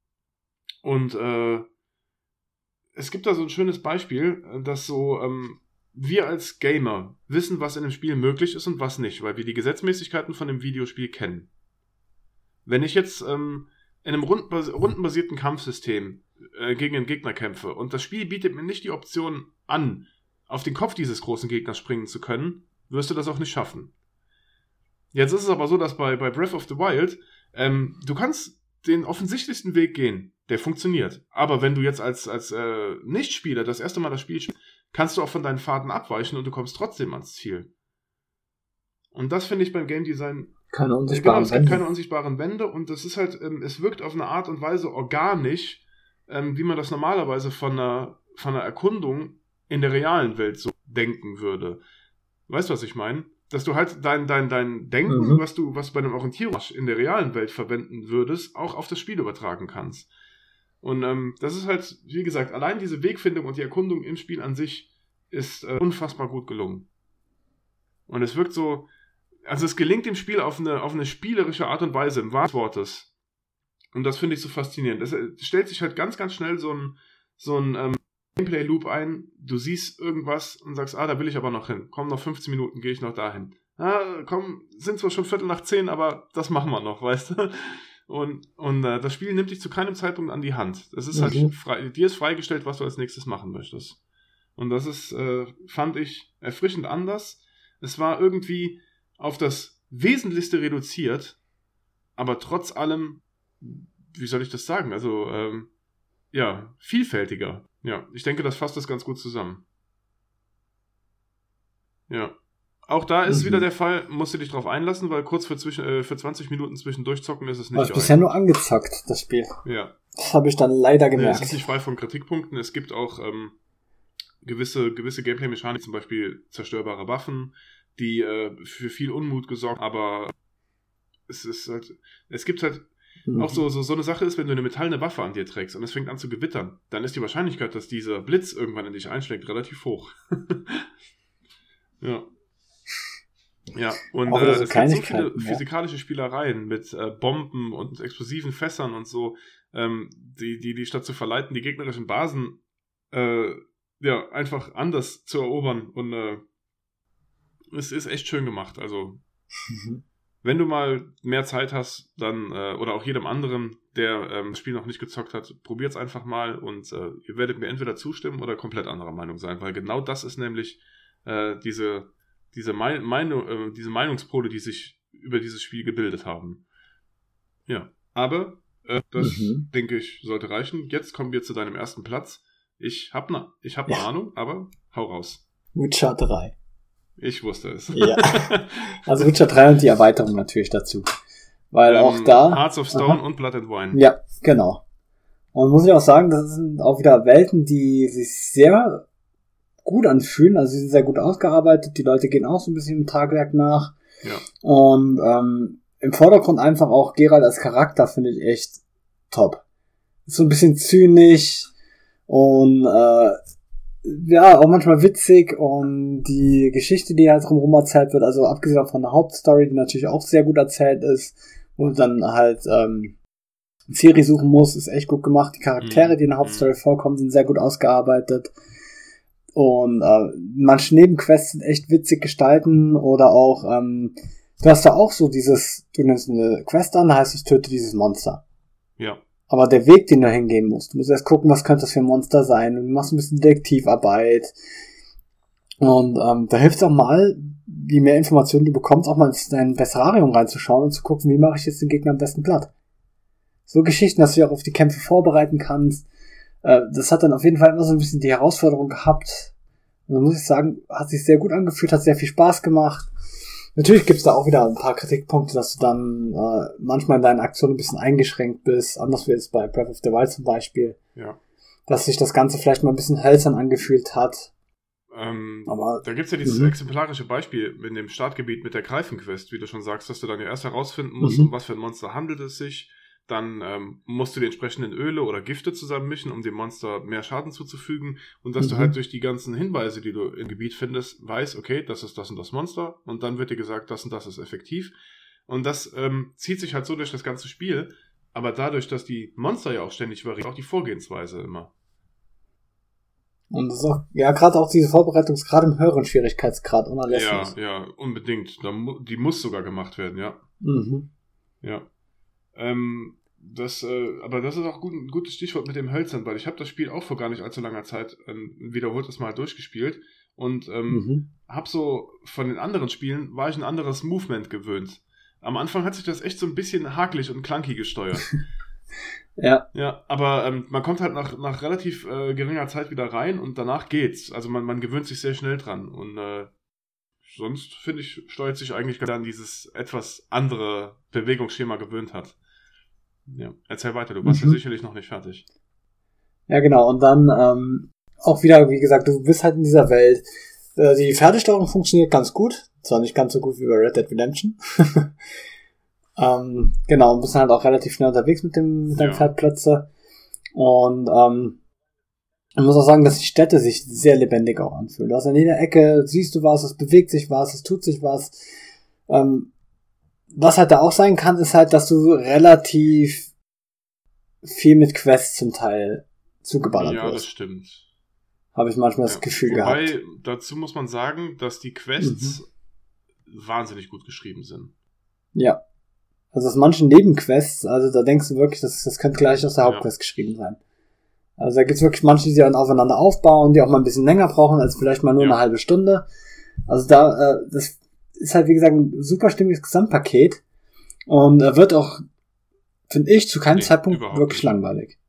und äh, es gibt da so ein schönes Beispiel, dass so ähm, wir als Gamer wissen, was in dem Spiel möglich ist und was nicht, weil wir die Gesetzmäßigkeiten von dem Videospiel kennen. Wenn ich jetzt ähm, in einem rundenbas- rundenbasierten Kampfsystem äh, gegen einen Gegner kämpfe und das Spiel bietet mir nicht die Option an, auf den Kopf dieses großen Gegners springen zu können, wirst du das auch nicht schaffen. Jetzt ist es aber so, dass bei, bei Breath of the Wild ähm, du kannst den offensichtlichsten Weg gehen. Der funktioniert. Aber wenn du jetzt als, als äh, Nichtspieler das erste Mal das Spiel spielst, kannst du auch von deinen Faden abweichen und du kommst trotzdem ans Ziel. Und das finde ich beim Game Design... Keine unsichtbaren Wände. Genau, es gibt keine unsichtbaren Wände und das ist halt, ähm, es wirkt auf eine Art und Weise organisch, ähm, wie man das normalerweise von einer, von einer Erkundung in der realen Welt so denken würde. Weißt du, was ich meine? Dass du halt dein, dein, dein Denken, mhm. was du was bei einem Orientierung in der realen Welt verwenden würdest, auch auf das Spiel übertragen kannst. Und ähm, das ist halt, wie gesagt, allein diese Wegfindung und die Erkundung im Spiel an sich ist äh, unfassbar gut gelungen. Und es wirkt so, also es gelingt dem Spiel auf eine, auf eine spielerische Art und Weise, im wahrsten Wortes. Und das finde ich so faszinierend. Es stellt sich halt ganz, ganz schnell so ein, so ein ähm, Gameplay-Loop ein. Du siehst irgendwas und sagst, ah, da will ich aber noch hin. Komm, noch fünfzehn Minuten, gehe ich noch dahin. Ah, komm, sind zwar schon Viertel nach zehn, aber das machen wir noch, weißt du? Und, und äh, das Spiel nimmt dich zu keinem Zeitpunkt an die Hand. Es ist Mhm. halt frei, dir ist freigestellt, was du als nächstes machen möchtest. Und das ist, äh, fand ich, erfrischend anders. Es war irgendwie auf das Wesentlichste reduziert, aber trotz allem, wie soll ich das sagen, also, ähm, ja, vielfältiger. Ja, ich denke, das fasst das ganz gut zusammen. Ja. Auch da ist Mhm. wieder der Fall, musst du dich drauf einlassen, weil kurz für, zwischen, äh, für zwanzig Minuten zwischendurch zocken ist es nicht Aber ich bisher nur angezockt, das Spiel. Ja. Das habe ich dann leider Nee, gemerkt. es ist nicht frei von Kritikpunkten. Es gibt auch ähm, gewisse, gewisse Gameplay-Mechanik, zum Beispiel zerstörbare Waffen, die äh, für viel Unmut gesorgt, aber es ist halt, es gibt halt Mhm. auch so, so, so eine Sache ist, wenn du eine metallene Waffe an dir trägst und es fängt an zu gewittern, dann ist die Wahrscheinlichkeit, dass dieser Blitz irgendwann in dich einschlägt, relativ hoch. Ja. Ja, und Auch äh, wieder so es gibt so viele Kleinigkeiten, ja. physikalische Spielereien mit äh, Bomben und explosiven Fässern und so, ähm, die, die, die statt zu verleiten, die gegnerischen Basen äh, ja, einfach anders zu erobern. Und äh, es ist echt schön gemacht. Also, Mhm. wenn du mal mehr Zeit hast, dann, äh, oder auch jedem anderen, der ähm, das Spiel noch nicht gezockt hat, probiert's einfach mal und äh, ihr werdet mir entweder zustimmen oder komplett anderer Meinung sein, weil genau das ist nämlich äh, diese, diese, Mei- Meinung, äh, diese Meinungspole, die sich über dieses Spiel gebildet haben. Ja, aber äh, das, Mhm. denke ich, sollte reichen. Jetzt kommen wir zu deinem ersten Platz. Ich habe ne, ich hab ne Ja. Ahnung, aber hau raus. Witcher drei. Ich wusste es. Ja. Also Witcher drei und die Erweiterung natürlich dazu. Weil ähm, auch da... Hearts of Stone Aha. und Blood and Wine. Ja, genau. Und muss ich auch sagen, das sind auch wieder Welten, die sich sehr gut anfühlen. Also sie sind sehr gut ausgearbeitet. Die Leute gehen auch so ein bisschen im Tagwerk nach. Ja. Und ähm, im Vordergrund einfach auch Geralt als Charakter finde ich echt top. Ist so ein bisschen zynisch und äh, ja, auch manchmal witzig und die Geschichte, die halt drumherum erzählt wird, also abgesehen von der Hauptstory, die natürlich auch sehr gut erzählt ist, wo du dann halt ähm, Ciri suchen musst, ist echt gut gemacht. Die Charaktere, die in der Hauptstory vorkommen, sind sehr gut ausgearbeitet. Und äh, manche Nebenquests sind echt witzig gestalten oder auch, ähm, du hast da auch so dieses, du nimmst eine Quest an, da heißt es, töte dieses Monster. Ja. Aber der Weg, den du hingehen musst, du musst erst gucken, was könnte das für ein Monster sein. Du machst ein bisschen Detektivarbeit. Und ähm, da hilft es auch mal, je mehr Informationen du bekommst, auch mal in dein Besserarium reinzuschauen und zu gucken, wie mache ich jetzt den Gegner am besten platt. So Geschichten, dass du dich auch auf die Kämpfe vorbereiten kannst. Äh, das hat dann auf jeden Fall immer so ein bisschen die Herausforderung gehabt. Und dann muss ich sagen, hat sich sehr gut angefühlt, hat sehr viel Spaß gemacht. Natürlich gibt's da auch wieder ein paar Kritikpunkte, dass du dann äh, manchmal in deinen Aktionen ein bisschen eingeschränkt bist, anders wie jetzt bei Breath of the Wild zum Beispiel. Ja. Dass sich das Ganze vielleicht mal ein bisschen hölzern angefühlt hat. Ähm, Aber da gibt's ja dieses mhm. exemplarische Beispiel in dem Startgebiet mit der Greifenquest, wie du schon sagst, dass du dann ja erst herausfinden musst, Mhm. um was für ein Monster handelt es sich. Dann ähm, musst du die entsprechenden Öle oder Gifte zusammenmischen, um dem Monster mehr Schaden zuzufügen. Und dass Mhm. du halt durch die ganzen Hinweise, die du im Gebiet findest, weißt, okay, das ist das und das Monster. Und dann wird dir gesagt, das und das ist effektiv. Und das ähm, zieht sich halt so durch das ganze Spiel. Aber dadurch, dass die Monster ja auch ständig variieren, auch die Vorgehensweise immer. Und das ist auch, ja, gerade auch diese Vorbereitung ist gerade im höheren Schwierigkeitsgrad unerlässlich. Ja, ja, unbedingt. Da mu- die muss sogar gemacht werden, ja. Mhm. Ja. Ähm, das, äh, aber das ist auch gut, ein gutes Stichwort mit dem Hölzern, weil ich habe das Spiel auch vor gar nicht allzu langer Zeit ähm, wiederholtes Mal durchgespielt und ähm, Mhm. habe so von den anderen Spielen war ich ein anderes Movement gewöhnt. Am Anfang hat sich das echt so ein bisschen hakelig und clunky gesteuert. Ja. Ja, aber ähm, man kommt halt nach, nach relativ äh, geringer Zeit wieder rein und danach geht's. Also man, man gewöhnt sich sehr schnell dran. Und äh, sonst, finde ich, steuert sich eigentlich gerade an dieses etwas andere Bewegungsschema gewöhnt hat. Ja, erzähl weiter, du warst Mhm. ja sicherlich noch nicht fertig. Ja, genau. Und dann ähm, auch wieder, wie gesagt, du bist halt in dieser Welt. Äh, die Pferdesteuerung funktioniert ganz gut. Zwar nicht ganz so gut wie bei Red Dead Redemption. ähm, genau, und bist halt auch relativ schnell unterwegs mit dem mit deinem Ja. Pferdplätze. Und ähm, ich muss auch sagen, dass die Städte sich sehr lebendig auch anfühlen. Du hast an jeder Ecke, siehst du was, es bewegt sich was, es tut sich was. Ähm, was halt da auch sein kann, ist halt, dass du relativ viel mit Quests zum Teil zugeballert Ja, das wirst. stimmt. Habe ich manchmal Ja. das Gefühl Wobei, gehabt. dazu muss man sagen, dass die Quests wahnsinnig gut geschrieben sind. Ja. Also aus manchen Nebenquests, also da denkst du wirklich, das, das könnte gleich aus der Ja. Hauptquest geschrieben sein. Also da gibt's wirklich manche, die dann aufeinander aufbauen, die auch mal ein bisschen länger brauchen, als vielleicht mal nur Ja. eine halbe Stunde. Also da, äh, das ist halt, wie gesagt, ein super stimmiges Gesamtpaket. Und er wird auch, finde ich, zu keinem Nee, Zeitpunkt überhaupt wirklich nicht. langweilig.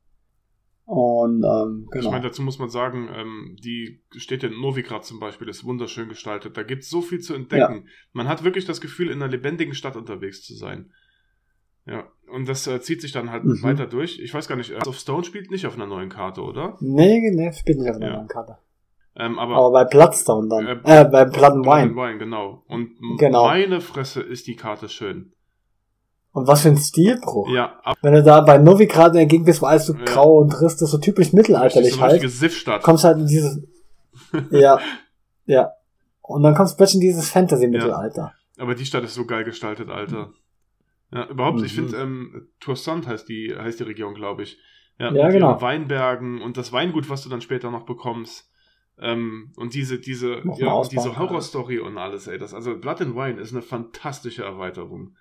Und, ähm, genau. Ich meine, dazu muss man sagen, ähm, die Städte in Novigrad zum Beispiel ist wunderschön gestaltet. Da gibt es so viel zu entdecken. Man hat wirklich das Gefühl, in einer lebendigen Stadt unterwegs zu sein. Ja, und das äh, zieht sich dann halt Mhm. weiter durch. Ich weiß gar nicht, Hearts of Stone spielt nicht auf einer neuen Karte, oder? Nee, nee, spielt nicht auf einer Ja. neuen Karte. Ähm, aber Aber bei Bloodstone dann. Äh, Äh, bei Blood and Blood Wine. and Wine, genau. Und m- Genau. meine Fresse ist die Karte schön. Und was für ein Stilbruch. Ja, ab, Wenn du da bei Novigrad in der Gegend bist, wo alles so Ja. grau und trist ist, so typisch mittelalterlich so eine halt, richtige Siffstadt. kommst halt in dieses, ja, ja. Und dann kommst du plötzlich in dieses Fantasy-Mittelalter. Aber die Stadt ist so geil gestaltet, Alter. Ja, überhaupt, ich Mhm. finde, ähm, Toussaint heißt die, heißt die Region, glaube ich. Ja, Ja, mit genau. ihren Weinbergen und das Weingut, was du dann später noch bekommst. Ähm, und diese, diese, Noch mal ja, und ausbauen diese kann. Horrorstory und alles, ey. Das, also Blood and Wine ist eine fantastische Erweiterung.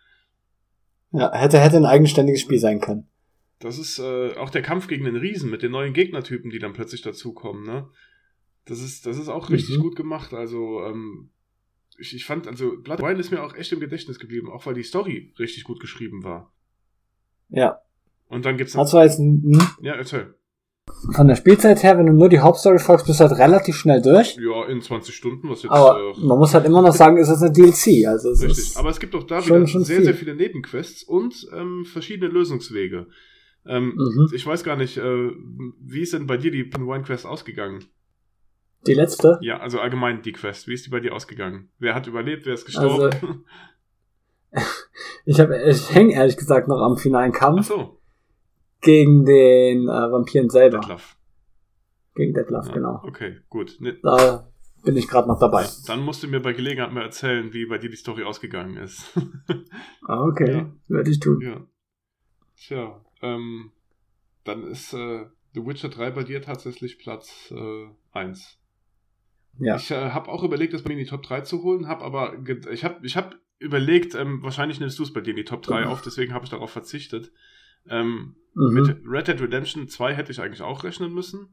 Ja, hätte, hätte ein eigenständiges Spiel sein können. Das ist äh, auch der Kampf gegen den Riesen mit den neuen Gegnertypen, die dann plötzlich dazukommen, ne? Das ist, das ist auch richtig Mhm. gut gemacht. Also, ähm, ich, ich fand, also Blood and Wine ist mir auch echt im Gedächtnis geblieben, auch weil die Story richtig gut geschrieben war. Ja. Und dann gibt's noch, Das war jetzt, hm, ja, erzähl. von der Spielzeit her, wenn du nur die Hauptstory folgst, bist du halt relativ schnell durch. Ja, in zwanzig Stunden, was jetzt Aber äh, man muss halt immer noch sagen, es ist eine D L C. Also es richtig. ist, Aber es gibt auch da schon- wieder schon sehr, viel. sehr viele Nebenquests und ähm, verschiedene Lösungswege. Ähm, Mhm. Ich weiß gar nicht, äh, wie ist denn bei dir die Blood and Wine Quest ausgegangen? die letzte. Ja, also allgemein die Quest. Wie ist die bei dir ausgegangen? Wer hat überlebt, wer ist gestorben? Also, Ich habe, ich hänge ehrlich gesagt noch am finalen Ach Kampf so, gegen den äh, Vampiren selber. Detlef. Gegen Detlef, Ja, genau. Okay, gut. Ne, Da bin ich gerade noch dabei. dann musst du mir bei Gelegenheit mal erzählen, wie bei dir die Story ausgegangen ist. Ah, okay. Ja. Werde ich tun. Ja. Tja, ähm, dann ist äh, The Witcher drei bei dir tatsächlich Platz äh, eins. Ja. Ich äh, habe auch überlegt, das bei mir in die Top drei zu holen, habe aber ge- ich habe ich hab überlegt, ähm, wahrscheinlich nimmst du es bei dir in die Top drei auf, deswegen habe ich darauf verzichtet. Ähm, Mhm. Mit Red Dead Redemption zwei hätte ich eigentlich auch rechnen müssen.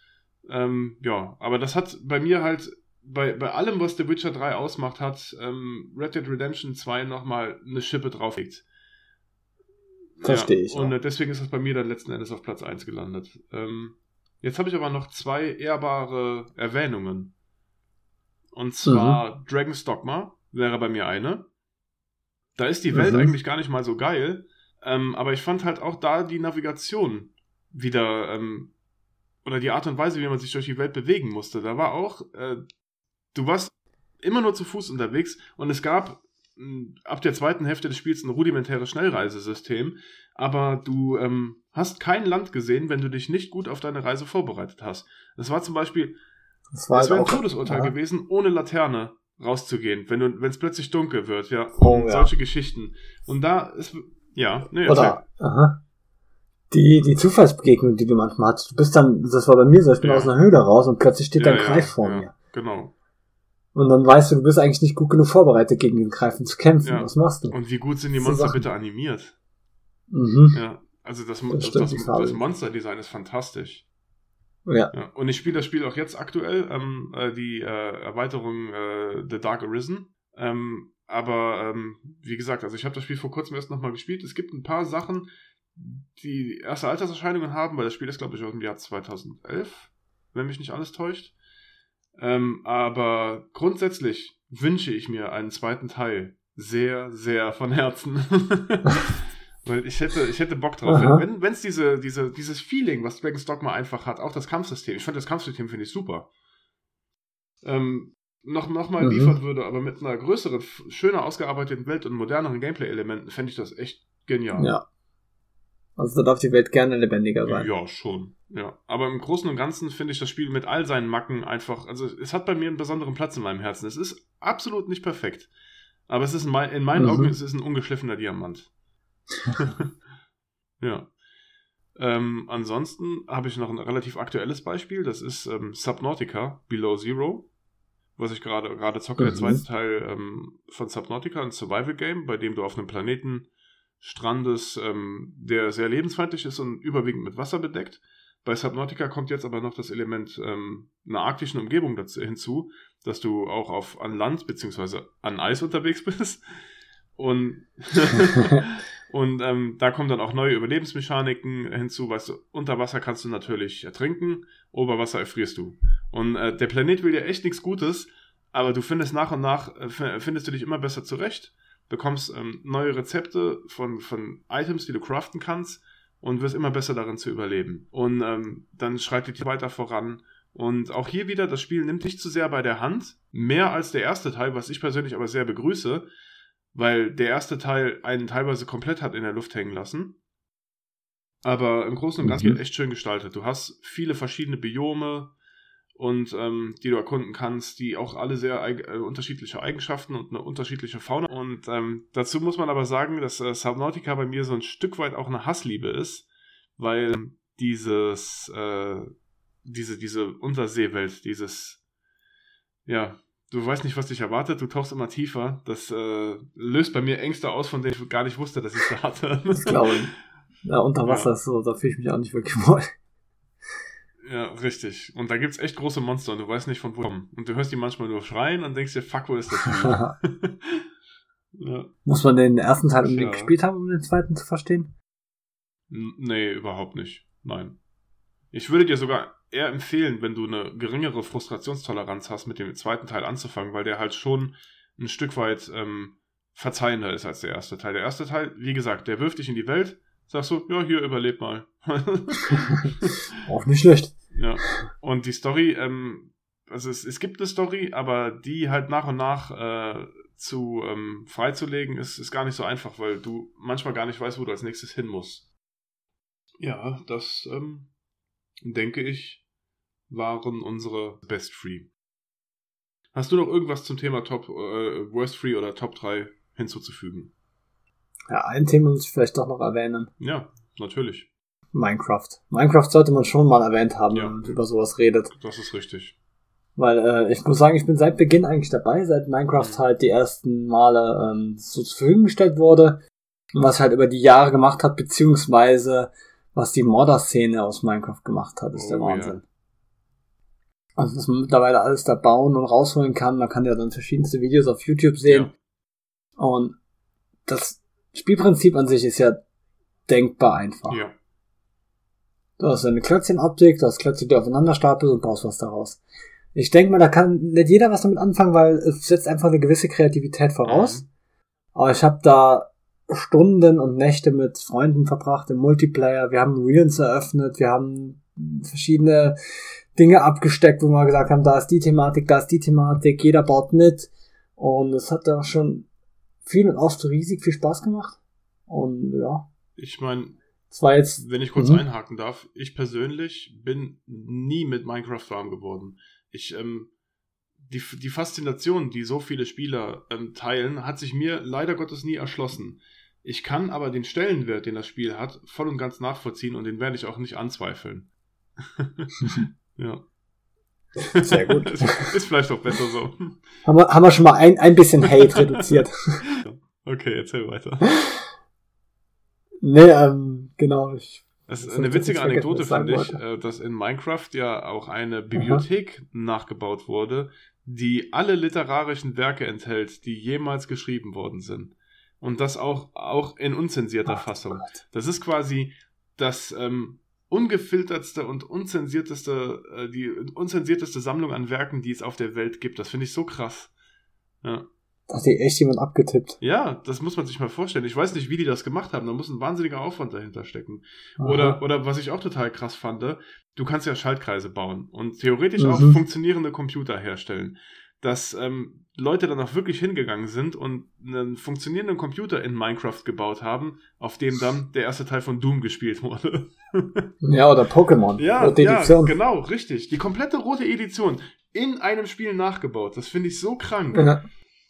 Ähm, ja, aber das hat bei mir halt, bei, bei allem, was The Witcher drei ausmacht, hat ähm, Red Dead Redemption zwei nochmal eine Schippe draufgelegt. Verstehe ja, ich, Und ja. äh, deswegen ist das bei mir dann letzten Endes auf Platz eins gelandet. Ähm, jetzt habe ich aber noch zwei ehrbare Erwähnungen. Und zwar Mhm. Dragon's Dogma wäre bei mir eine. Da ist die Welt Mhm. eigentlich gar nicht mal so geil, ähm, aber ich fand halt auch da die Navigation wieder, ähm, oder die Art und Weise, wie man sich durch die Welt bewegen musste. Da war auch, äh, du warst immer nur zu Fuß unterwegs und es gab mh, ab der zweiten Hälfte des Spiels ein rudimentäres Schnellreisesystem, aber du ähm, hast kein Land gesehen, wenn du dich nicht gut auf deine Reise vorbereitet hast. Das war zum Beispiel, Das war es halt wäre ein auch, Todesurteil ja. gewesen, ohne Laterne rauszugehen, wenn du, wenn es plötzlich dunkel wird, ja, Oh, und ja. solche Geschichten. Und da ist, ja, ne, erzähl. Oder, aha. Die, die Zufallsbegegnung, die du manchmal hast. Du bist dann, das war bei mir so, ich bin Ja. aus einer Höhle raus und plötzlich steht Ja, da ein ja, Greif vor ja, mir. Genau. Und dann weißt du, du bist eigentlich nicht gut genug vorbereitet, gegen den Greifen zu kämpfen. Ja. Was machst du? Und wie gut sind die So Monster Sachen. bitte animiert? Mhm. Ja, also das, Das das, stimmt, das, die das, Farbe. Monster-Design ist fantastisch. Ja. Ja. Und ich spiele das Spiel auch jetzt aktuell, ähm, äh, die äh, Erweiterung äh, The Dark Arisen. Ähm, aber ähm, wie gesagt, also ich habe das Spiel vor kurzem erst nochmal gespielt. Es gibt ein paar Sachen, die erste Alterserscheinungen haben, weil das Spiel ist, glaube ich, aus dem Jahr zweitausendelf, wenn mich nicht alles täuscht. Ähm, aber grundsätzlich wünsche ich mir einen zweiten Teil sehr, sehr von Herzen. Weil ich hätte, ich hätte Bock drauf. Aha. Wenn es diese, diese, dieses Feeling, was Dragon's Dogma einfach hat, auch das Kampfsystem, ich fand das Kampfsystem, finde ich super, ähm, noch, noch mal mhm. liefert würde, aber mit einer größeren, schöner ausgearbeiteten Welt und moderneren Gameplay-Elementen, fände ich das echt genial. Ja. Also da darf die Welt gerne lebendiger sein. Ja, schon. Ja. Aber im Großen und Ganzen finde ich das Spiel mit all seinen Macken einfach, also es hat bei mir einen besonderen Platz in meinem Herzen. Es ist absolut nicht perfekt. Aber es ist in, mein, in meinen mhm. Augen es ist ein ungeschliffener Diamant. Ja. Ähm, ansonsten habe ich noch ein relativ aktuelles Beispiel. Das ist ähm, Subnautica Below Zero, was ich gerade gerade zocke. Mhm. Der zweite Teil ähm, von Subnautica, ein Survival-Game, bei dem du auf einem Planeten strandest, ähm, der sehr lebensfeindlich ist und überwiegend mit Wasser bedeckt. Bei Subnautica kommt jetzt aber noch das Element ähm, einer arktischen Umgebung dazu, hinzu, dass du auch auf, an Land bzw. an Eis unterwegs bist. Und, und ähm, da kommen dann auch neue Überlebensmechaniken hinzu. Weißt du, unter Wasser kannst du natürlich ertrinken, ober Wasser erfrierst du. Und äh, der Planet will dir echt nichts Gutes, aber du findest nach und nach, äh, findest du dich immer besser zurecht, bekommst ähm, neue Rezepte von, von Items, die du craften kannst und wirst immer besser darin zu überleben. Und ähm, dann schreitet die weiter voran. Und auch hier wieder, das Spiel nimmt nicht zu sehr bei der Hand, mehr als der erste Teil, was ich persönlich aber sehr begrüße, weil der erste Teil einen teilweise komplett hat in der Luft hängen lassen. Aber im Großen und Ganzen mhm. echt schön gestaltet. Du hast viele verschiedene Biome, und ähm, die du erkunden kannst, die auch alle sehr eig- äh, unterschiedliche Eigenschaften und eine unterschiedliche Fauna. Und ähm, dazu muss man aber sagen, dass äh, Subnautica bei mir so ein Stück weit auch eine Hassliebe ist, weil dieses äh, diese diese Unterseewelt, dieses ja, du weißt nicht, was dich erwartet, du tauchst immer tiefer, das äh, löst bei mir Ängste aus, von denen ich gar nicht wusste, dass ich sie hatte. Das glaube ich. Ja, unter Wasser ja. ist so, da fühle ich mich auch nicht wirklich wohl. Ja, richtig. Und da gibt's echt große Monster und du weißt nicht, von wo kommen. Und du hörst die manchmal nur schreien und denkst dir, fuck, wo ist das Spiel? Ja. Muss man den ersten Teil unbedingt ja. gespielt haben, um den zweiten zu verstehen? N- nee, überhaupt nicht. Nein. Ich würde dir sogar eher empfehlen, wenn du eine geringere Frustrationstoleranz hast, mit dem zweiten Teil anzufangen, weil der halt schon ein Stück weit ähm, verzeihender ist als der erste Teil. Der erste Teil, wie gesagt, der wirft dich in die Welt. Sagst du, ja, hier, überleb mal. Auch nicht schlecht. Ja, und die Story, ähm, also es, es gibt eine Story, aber die halt nach und nach äh, zu ähm, freizulegen, ist, ist gar nicht so einfach, weil du manchmal gar nicht weißt, wo du als nächstes hin musst. Ja, das, ähm, denke ich, waren unsere Best Three. Hast du noch irgendwas zum Thema Top, äh, Worst Three oder Top drei hinzuzufügen? Ja, ein Thema muss ich vielleicht doch noch erwähnen. Ja, natürlich. Minecraft. Minecraft sollte man schon mal erwähnt haben, ja. wenn man über sowas redet. Das ist richtig. Weil äh, ich muss sagen, ich bin seit Beginn eigentlich dabei, seit Minecraft mhm. halt die ersten Male ähm, so zur Verfügung gestellt wurde. Und was halt über die Jahre gemacht hat, beziehungsweise was die Modder-Szene aus Minecraft gemacht hat, ist oh, der Wahnsinn. Ja. Also, dass man mittlerweile alles da bauen und rausholen kann. Man kann ja dann verschiedenste Videos auf YouTube sehen. Ja. Und das Spielprinzip an sich ist ja denkbar einfach. Ja. Du hast eine Klötzchenoptik, du hast Klötze, die aufeinander stapelst und baust was daraus. Ich denke mal, da kann nicht jeder was damit anfangen, weil es setzt einfach eine gewisse Kreativität voraus. Mhm. Aber ich habe da Stunden und Nächte mit Freunden verbracht im Multiplayer. Wir haben Realms eröffnet, wir haben verschiedene Dinge abgesteckt, wo wir gesagt haben, da ist die Thematik, da ist die Thematik, jeder baut mit. Und es hat da schon viel und oft riesig viel Spaß gemacht. Und ja. Ich meine, jetzt, wenn ich kurz m- einhaken darf, ich persönlich bin nie mit Minecraft warm geworden. Ich, ähm, die, die Faszination, die so viele Spieler ähm, teilen, hat sich mir leider Gottes nie erschlossen. Ich kann aber den Stellenwert, den das Spiel hat, voll und ganz nachvollziehen und den werde ich auch nicht anzweifeln. Ja. Sehr gut. Ist vielleicht auch besser so. Haben wir, haben wir schon mal ein, ein bisschen Hate reduziert. Okay, erzähl weiter. Nee, ähm, genau. Ich, das ist eine witzige Anekdote, finde ich, äh, dass in Minecraft ja auch eine Bibliothek Aha. nachgebaut wurde, die alle literarischen Werke enthält, die jemals geschrieben worden sind. Und das auch, auch in unzensierter Ach, Fassung. Gott. Das ist quasi das ähm, ungefiltertste und unzensierteste, äh, die unzensierteste Sammlung an Werken, die es auf der Welt gibt. Das finde ich so krass. Ja. Da hat dir echt jemand abgetippt. Ja, das muss man sich mal vorstellen. Ich weiß nicht, wie die das gemacht haben. Da muss ein wahnsinniger Aufwand dahinter stecken. Aha. Oder, oder was ich auch total krass fand, du kannst ja Schaltkreise bauen und theoretisch Mhm. auch funktionierende Computer herstellen. Dass ähm, Leute dann auch wirklich hingegangen sind und einen funktionierenden Computer in Minecraft gebaut haben, auf dem dann der erste Teil von Doom gespielt wurde. Ja, oder Pokémon. Ja, Rote ja, Edition. genau, richtig. Die komplette rote Edition in einem Spiel nachgebaut. Das finde ich so krank. Ja.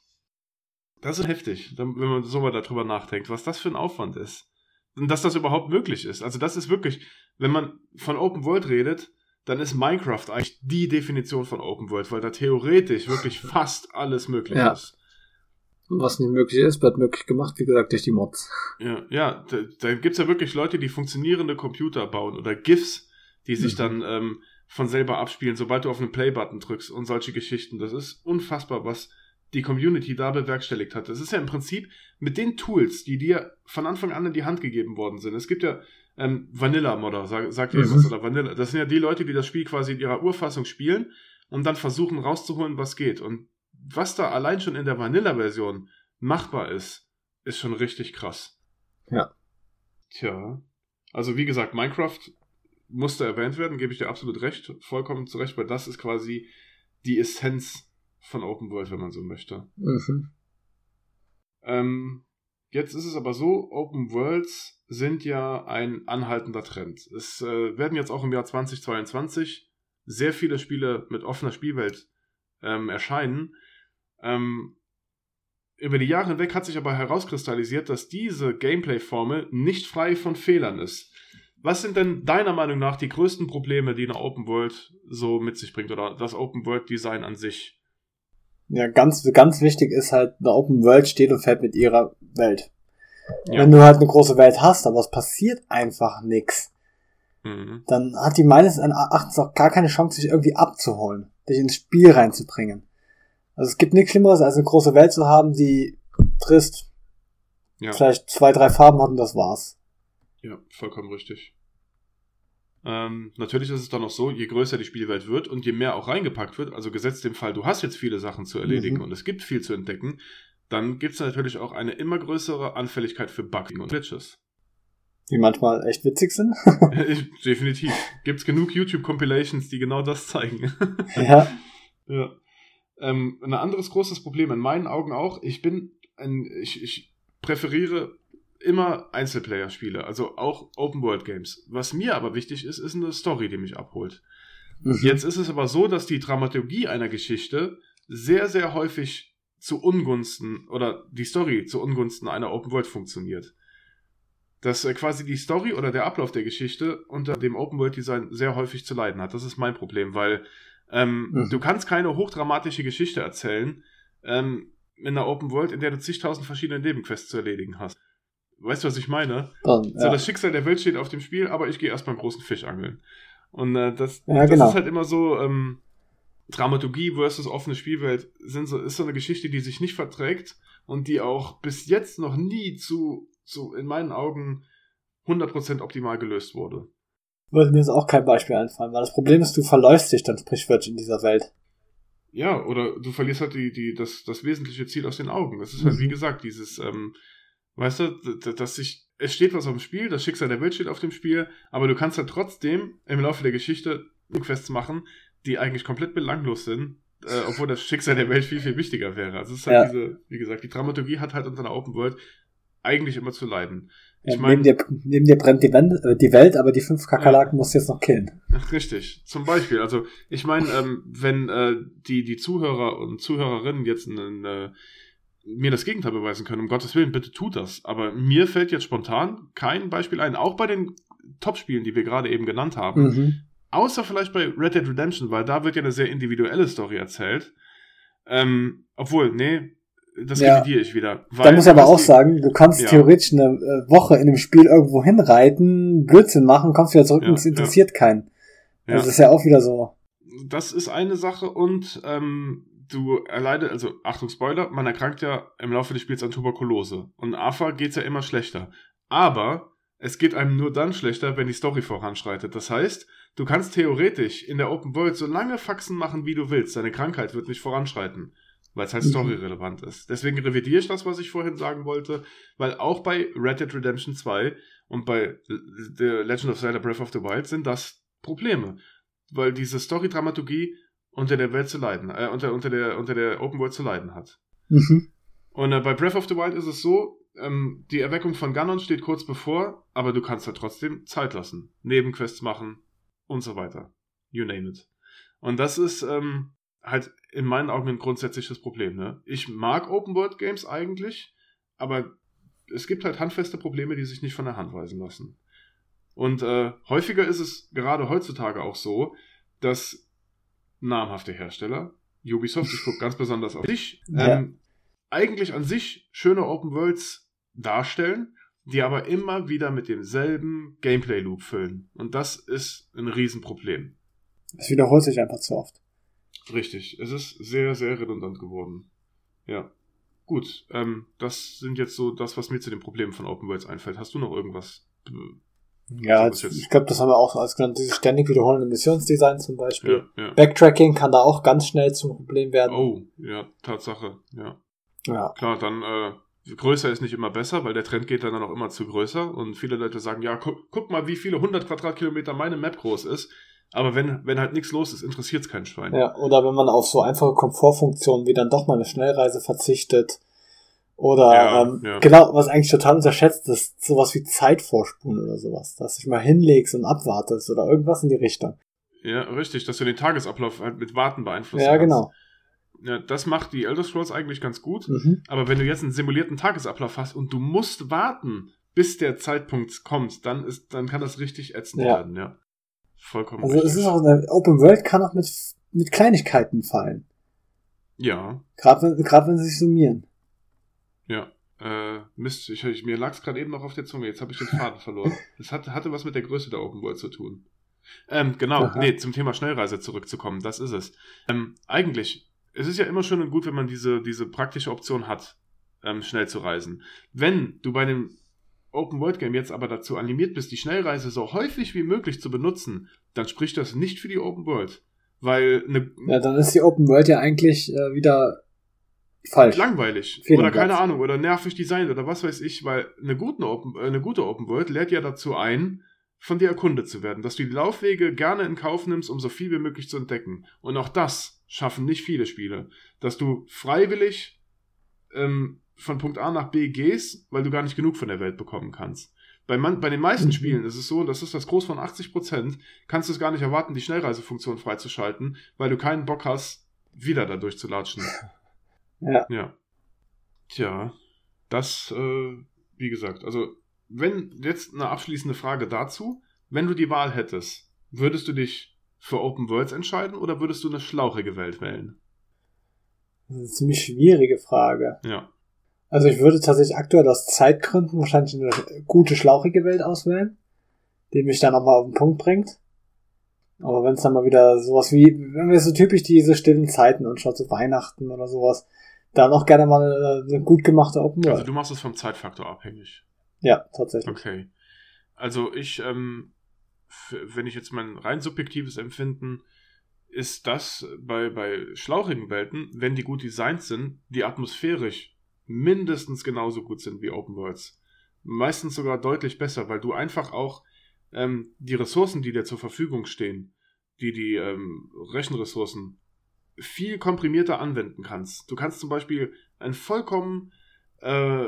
Das ist heftig, wenn man so mal darüber nachdenkt, was das für ein Aufwand ist. Und dass das überhaupt möglich ist. Also das ist wirklich, wenn man von Open World redet, dann ist Minecraft eigentlich die Definition von Open World, weil da theoretisch wirklich fast alles möglich Ja. ist. Was nicht möglich ist, wird möglich gemacht, wie gesagt, durch die Mods. Ja, ja, da, da gibt es ja wirklich Leute, die funktionierende Computer bauen oder GIFs, die sich Mhm. dann ähm, von selber abspielen, sobald du auf einen Play-Button drückst und solche Geschichten. Das ist unfassbar, was die Community da bewerkstelligt hat. Das ist ja im Prinzip mit den Tools, die dir von Anfang an in die Hand gegeben worden sind. Es gibt ja ähm, Vanilla-Modder, sag, sagt ihr Mhm. was, oder Vanilla. Das sind ja die Leute, die das Spiel quasi in ihrer Urfassung spielen und dann versuchen rauszuholen, was geht. Und was da allein schon in der Vanilla-Version machbar ist, ist schon richtig krass. Ja. Tja. Also wie gesagt, Minecraft musste erwähnt werden, gebe ich dir absolut recht, vollkommen zu Recht, weil das ist quasi die Essenz von Open World, wenn man so möchte. Mhm. Ähm, jetzt ist es aber so, Open Worlds sind ja ein anhaltender Trend. Es äh, werden jetzt auch im Jahr zweitausendzweiundzwanzig sehr viele Spiele mit offener Spielwelt ähm, erscheinen. Ähm, über die Jahre hinweg hat sich aber herauskristallisiert, dass diese Gameplay-Formel nicht frei von Fehlern ist. Was sind denn deiner Meinung nach die größten Probleme, die eine Open World so mit sich bringt oder das Open World Design an sich? Ja, ganz, ganz wichtig ist halt, eine Open World steht und fällt mit ihrer Welt. Ja. Wenn du halt eine große Welt hast, aber es passiert einfach nix, Mhm. dann hat die meines Erachtens auch gar keine Chance, sich irgendwie abzuholen, dich ins Spiel reinzubringen. Also es gibt nichts Schlimmeres, als eine große Welt zu haben, die trist, Ja. vielleicht zwei, drei Farben hat und das war's. Ja, vollkommen richtig. Ähm, natürlich ist es dann auch so, je größer die Spielwelt wird und je mehr auch reingepackt wird, also gesetzt dem Fall, du hast jetzt viele Sachen zu erledigen Mhm. und es gibt viel zu entdecken, dann gibt es natürlich auch eine immer größere Anfälligkeit für Bugs und Glitches. Die manchmal echt witzig sind. Ich, definitiv. Gibt es genug YouTube-Compilations, die genau das zeigen. Ja. Ja. Ähm, ein anderes großes Problem, in meinen Augen auch, ich bin ein, ich, ich präferiere immer Einzelplayer-Spiele, also auch Open-World-Games. Was mir aber wichtig ist, ist eine Story, die mich abholt. Mhm. Jetzt ist es aber so, dass die Dramaturgie einer Geschichte sehr, sehr häufig zu Ungunsten oder die Story zu Ungunsten einer Open-World funktioniert. Dass äh, quasi die Story oder der Ablauf der Geschichte unter dem Open-World-Design sehr häufig zu leiden hat. Das ist mein Problem, weil ähm, Mhm. du kannst keine hochdramatische Geschichte erzählen ähm, in einer Open-World, in der du zigtausend verschiedene Nebenquests zu erledigen hast. Weißt du, was ich meine? Dann, So, ja. das Schicksal der Welt steht auf dem Spiel, aber ich gehe erst beim großen Fisch angeln. Und äh, das, Ja, das genau. ist halt immer so, ähm, Dramaturgie versus offene Spielwelt sind so, ist so eine Geschichte, die sich nicht verträgt und die auch bis jetzt noch nie zu, zu in meinen Augen hundert Prozent optimal gelöst wurde. Würde mir jetzt auch kein Beispiel einfallen, weil das Problem ist, du verläufst dich dann sprichwörtlich in dieser Welt. Ja, oder du verlierst halt die, die, das, das wesentliche Ziel aus den Augen. Das ist halt, Mhm. wie gesagt, dieses, ähm, weißt du, d- d- dass sich, es steht was auf dem Spiel, das Schicksal der Welt steht auf dem Spiel, aber du kannst halt trotzdem im Laufe der Geschichte Quests machen, die eigentlich komplett belanglos sind, äh, obwohl das Schicksal der Welt viel, viel wichtiger wäre. Also es ist halt Ja. diese, wie gesagt, die Dramaturgie hat halt unter einer Open World eigentlich immer zu leiden. Ich Ja, meine, neben, dir, neben dir brennt die, Wend, äh, die Welt, aber die fünf Kakerlaken musst du jetzt noch killen. richtig, zum Beispiel. Also ich meine, ähm, wenn äh, die, die Zuhörer und Zuhörerinnen jetzt einen, äh, mir das Gegenteil beweisen können, um Gottes Willen, bitte tut das. Aber mir fällt jetzt spontan kein Beispiel ein, auch bei den Top-Spielen, die wir gerade eben genannt haben, Mhm. außer vielleicht bei Red Dead Redemption, weil da wird ja eine sehr individuelle Story erzählt. Ähm, obwohl, nee, das Ja. revidiere ich wieder. Da muss ich aber was auch die- sagen, du kannst Ja. theoretisch eine äh, Woche in dem Spiel irgendwo hinreiten, Blödsinn machen, kommst wieder zurück Ja, und es ja. interessiert keinen. Ja. Das ist ja auch wieder so. Das ist eine Sache und ähm, du erleidest, also Achtung Spoiler, man erkrankt ja im Laufe des Spiels an Tuberkulose. Und A F A geht's ja immer schlechter. Aber es geht einem nur dann schlechter, wenn die Story voranschreitet. Das heißt, du kannst theoretisch in der Open World so lange Faxen machen, wie du willst. Deine Krankheit wird nicht voranschreiten, weil es halt storyrelevant ist. Deswegen revidiere ich das, was ich vorhin sagen wollte, weil auch bei Red Dead Redemption zwei und bei The Legend of Zelda Breath of the Wild sind das Probleme. Weil diese Story-Dramaturgie unter der Welt zu leiden, äh, unter, unter, der, unter der Open World zu leiden hat. Mhm. Und äh, bei Breath of the Wild ist es so, ähm, die Erweckung von Ganon steht kurz bevor, aber du kannst da trotzdem Zeit lassen. Nebenquests machen und so weiter. You name it. Und das ist ähm, halt in meinen Augen ein grundsätzliches Problem. Ne? Ich mag Open-World-Games eigentlich, aber es gibt halt handfeste Probleme, die sich nicht von der Hand weisen lassen. Und äh, häufiger ist es gerade heutzutage auch so, dass namhafte Hersteller, Ubisoft, ich gucke ganz besonders auf dich, ähm, ja. eigentlich an sich schöne Open Worlds darstellen, die aber immer wieder mit demselben Gameplay-Loop füllen. Und das ist ein Riesenproblem. Es wiederholt sich einfach zu oft. Richtig, es ist sehr, sehr redundant geworden. Ja. Gut, ähm, das sind jetzt so das, was mir zu den Problemen von Open Worlds einfällt. Hast du noch irgendwas? Ja, jetzt, ich glaube, das haben wir auch als genannt, dieses ständig wiederholende Missionsdesign zum Beispiel. Ja, ja. Backtracking kann da auch ganz schnell zum Problem werden. Oh, ja, Tatsache, ja. Ja. Klar, dann äh, größer ist nicht immer besser, weil der Trend geht dann auch immer zu größer und viele Leute sagen, ja, guck, guck mal, wie viele hundert Quadratkilometer meine Map groß ist, aber wenn, wenn halt nichts los ist, interessiert es kein Schwein. Ja, oder wenn man auf so einfache Komfortfunktionen wie dann doch mal eine Schnellreise verzichtet oder ja, ähm, ja. genau, was eigentlich total unterschätzt ist, sowas wie Zeitvorspulen oder sowas, dass du dich mal hinlegst und abwartest oder irgendwas in die Richtung. Ja, richtig, dass du den Tagesablauf halt mit Warten beeinflussen ja, kannst. Genau. Ja, das macht die Elder Scrolls eigentlich ganz gut, mhm. aber wenn du jetzt einen simulierten Tagesablauf hast und du musst warten, bis der Zeitpunkt kommt, dann ist, dann kann das richtig ätzend ja. werden, ja. Vollkommen also richtig. Es ist auch eine Open World kann auch mit, mit Kleinigkeiten fallen. Ja. Gerade wenn, gerade wenn sie sich summieren. Ja. Äh, Mist, ich, ich, mir lag es gerade eben noch auf der Zunge, jetzt habe ich den Faden verloren. Das hat, hatte was mit der Größe der Open World zu tun. Ähm, genau, Aha. nee, zum Thema Schnellreise zurückzukommen, das ist es. Ähm, eigentlich, es ist ja immer schön und gut, wenn man diese, diese praktische Option hat, ähm, schnell zu reisen. Wenn du bei einem Open-World-Game jetzt aber dazu animiert bist, die Schnellreise so häufig wie möglich zu benutzen, dann spricht das nicht für die Open World. Weil eine ja, dann ist die Open World ja eigentlich äh, wieder falsch. Langweilig. Vielen oder keine Platz. Ahnung, oder nervig designt oder was weiß ich, weil eine gute, Open, äh, eine gute Open World lädt ja dazu ein, von dir erkundet zu werden, dass du die Laufwege gerne in Kauf nimmst, um so viel wie möglich zu entdecken. Und auch das schaffen nicht viele Spiele. Dass du freiwillig ähm, von Punkt A nach B gehst, weil du gar nicht genug von der Welt bekommen kannst. Bei, man, bei den meisten mhm. Spielen ist es so, das ist das Groß von achtzig Prozent, kannst du es gar nicht erwarten, die Schnellreisefunktion freizuschalten, weil du keinen Bock hast, wieder da durchzulatschen. Ja. Ja. Tja, das, äh, wie gesagt, also wenn jetzt eine abschließende Frage dazu, wenn du die Wahl hättest, würdest du dich für Open Worlds entscheiden oder würdest du eine schlauchige Welt wählen? Das ist eine ziemlich schwierige Frage. Ja. Also ich würde tatsächlich aktuell aus Zeitgründen wahrscheinlich eine gute, schlauchige Welt auswählen, die mich dann nochmal auf den Punkt bringt. Aber wenn es dann mal wieder sowas wie, wenn wir so typisch diese stillen Zeiten anschauen, so Weihnachten oder sowas, dann auch gerne mal eine, eine gut gemachte Open World. Also du machst es vom Zeitfaktor abhängig? Ja, tatsächlich. Okay. Also ich, ähm, f- wenn ich jetzt mein rein subjektives Empfinden, ist das bei, bei schlauchigen Welten, wenn die gut designt sind, die atmosphärisch mindestens genauso gut sind wie Open Worlds. Meistens sogar deutlich besser, weil du einfach auch ähm, die Ressourcen, die dir zur Verfügung stehen, die die ähm, Rechenressourcen, viel komprimierter anwenden kannst. Du kannst zum Beispiel ein vollkommen äh,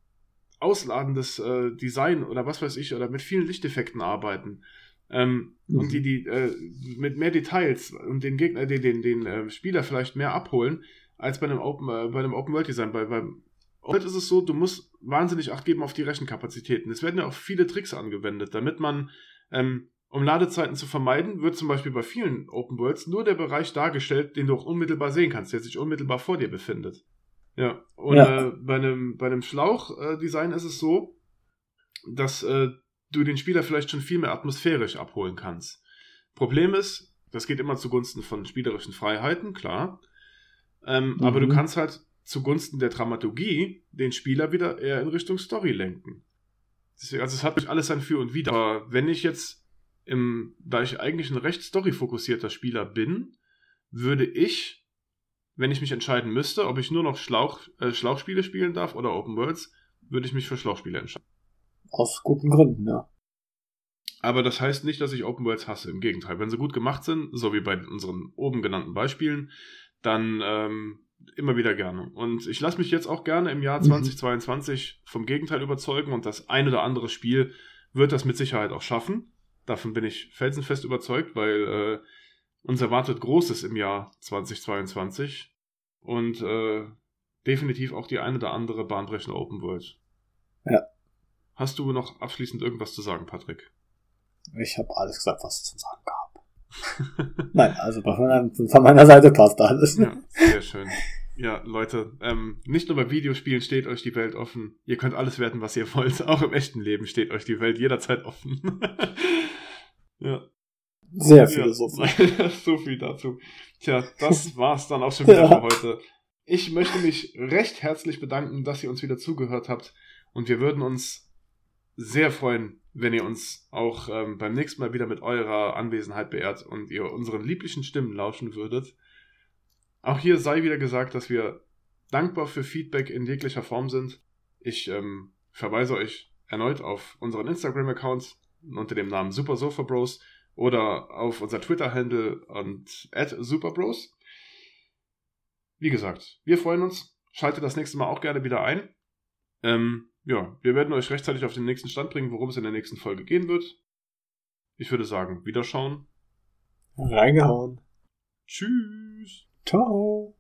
ausladendes äh, Design oder was weiß ich, oder mit vielen Lichteffekten arbeiten. Ähm, mhm. Und die, die äh, mit mehr Details und den Gegner, den, den, den äh, Spieler vielleicht mehr abholen, als bei einem Open, äh, bei einem Open World Design. Bei, beim Open World ist es so, du musst wahnsinnig Acht geben auf die Rechenkapazitäten. Es werden ja auch viele Tricks angewendet, damit man, ähm, um Ladezeiten zu vermeiden, wird zum Beispiel bei vielen Open Worlds nur der Bereich dargestellt, den du auch unmittelbar sehen kannst, der sich unmittelbar vor dir befindet. Ja, und ja. Äh, bei einem, bei einem Schlauch-Design äh, ist es so, dass äh, du den Spieler vielleicht schon viel mehr atmosphärisch abholen kannst. Problem ist, das geht immer zugunsten von spielerischen Freiheiten, klar. Ähm, Mhm. Aber du kannst halt zugunsten der Dramaturgie den Spieler wieder eher in Richtung Story lenken. Deswegen, also es hat nicht alles sein Für und Wider. Aber wenn ich jetzt, im, da ich eigentlich ein recht storyfokussierter Spieler bin, würde ich, wenn ich mich entscheiden müsste, ob ich nur noch Schlauch, äh, Schlauchspiele spielen darf oder Open Worlds, würde ich mich für Schlauchspiele entscheiden. Aus guten Gründen, ja. Aber das heißt nicht, dass ich Open Worlds hasse. Im Gegenteil, wenn sie gut gemacht sind, so wie bei unseren oben genannten Beispielen, dann ähm, immer wieder gerne. Und ich lasse mich jetzt auch gerne im Jahr Mhm. zweitausendzweiundzwanzig vom Gegenteil überzeugen und das ein oder andere Spiel wird das mit Sicherheit auch schaffen. Davon bin ich felsenfest überzeugt, weil äh, uns erwartet Großes im Jahr zweitausendzweiundzwanzig und äh, definitiv auch die ein oder andere bahnbrechende Open World. Ja. Hast du noch abschließend irgendwas zu sagen, Patrick? Ich habe alles gesagt, was es zu sagen gab. Nein, also von meiner, von meiner Seite passt alles. Ja, sehr schön. Ja, Leute, ähm, nicht nur bei Videospielen steht euch die Welt offen. Ihr könnt alles werden, was ihr wollt. Auch im echten Leben steht euch die Welt jederzeit offen. Ja. Sehr philosophisch. Ja. So viel dazu. Tja, das war's dann auch schon wieder Ja. für heute. Ich möchte mich recht herzlich bedanken, dass ihr uns wieder zugehört habt. Und wir würden uns sehr freuen, wenn ihr uns auch ähm, beim nächsten Mal wieder mit eurer Anwesenheit beehrt und ihr unseren lieblichen Stimmen lauschen würdet. Auch hier sei wieder gesagt, dass wir dankbar für Feedback in jeglicher Form sind. Ich ähm, verweise euch erneut auf unseren Instagram-Account unter dem Namen Super Sofa Bros oder auf unser Twitter-Handle und at superbros. Wie gesagt, wir freuen uns. Schaltet das nächste Mal auch gerne wieder ein. Ähm, ja, wir werden euch rechtzeitig auf den nächsten Stand bringen, worum es in der nächsten Folge gehen wird. Ich würde sagen, Wiederschauen. Reingehauen. Tschüss. Ciao.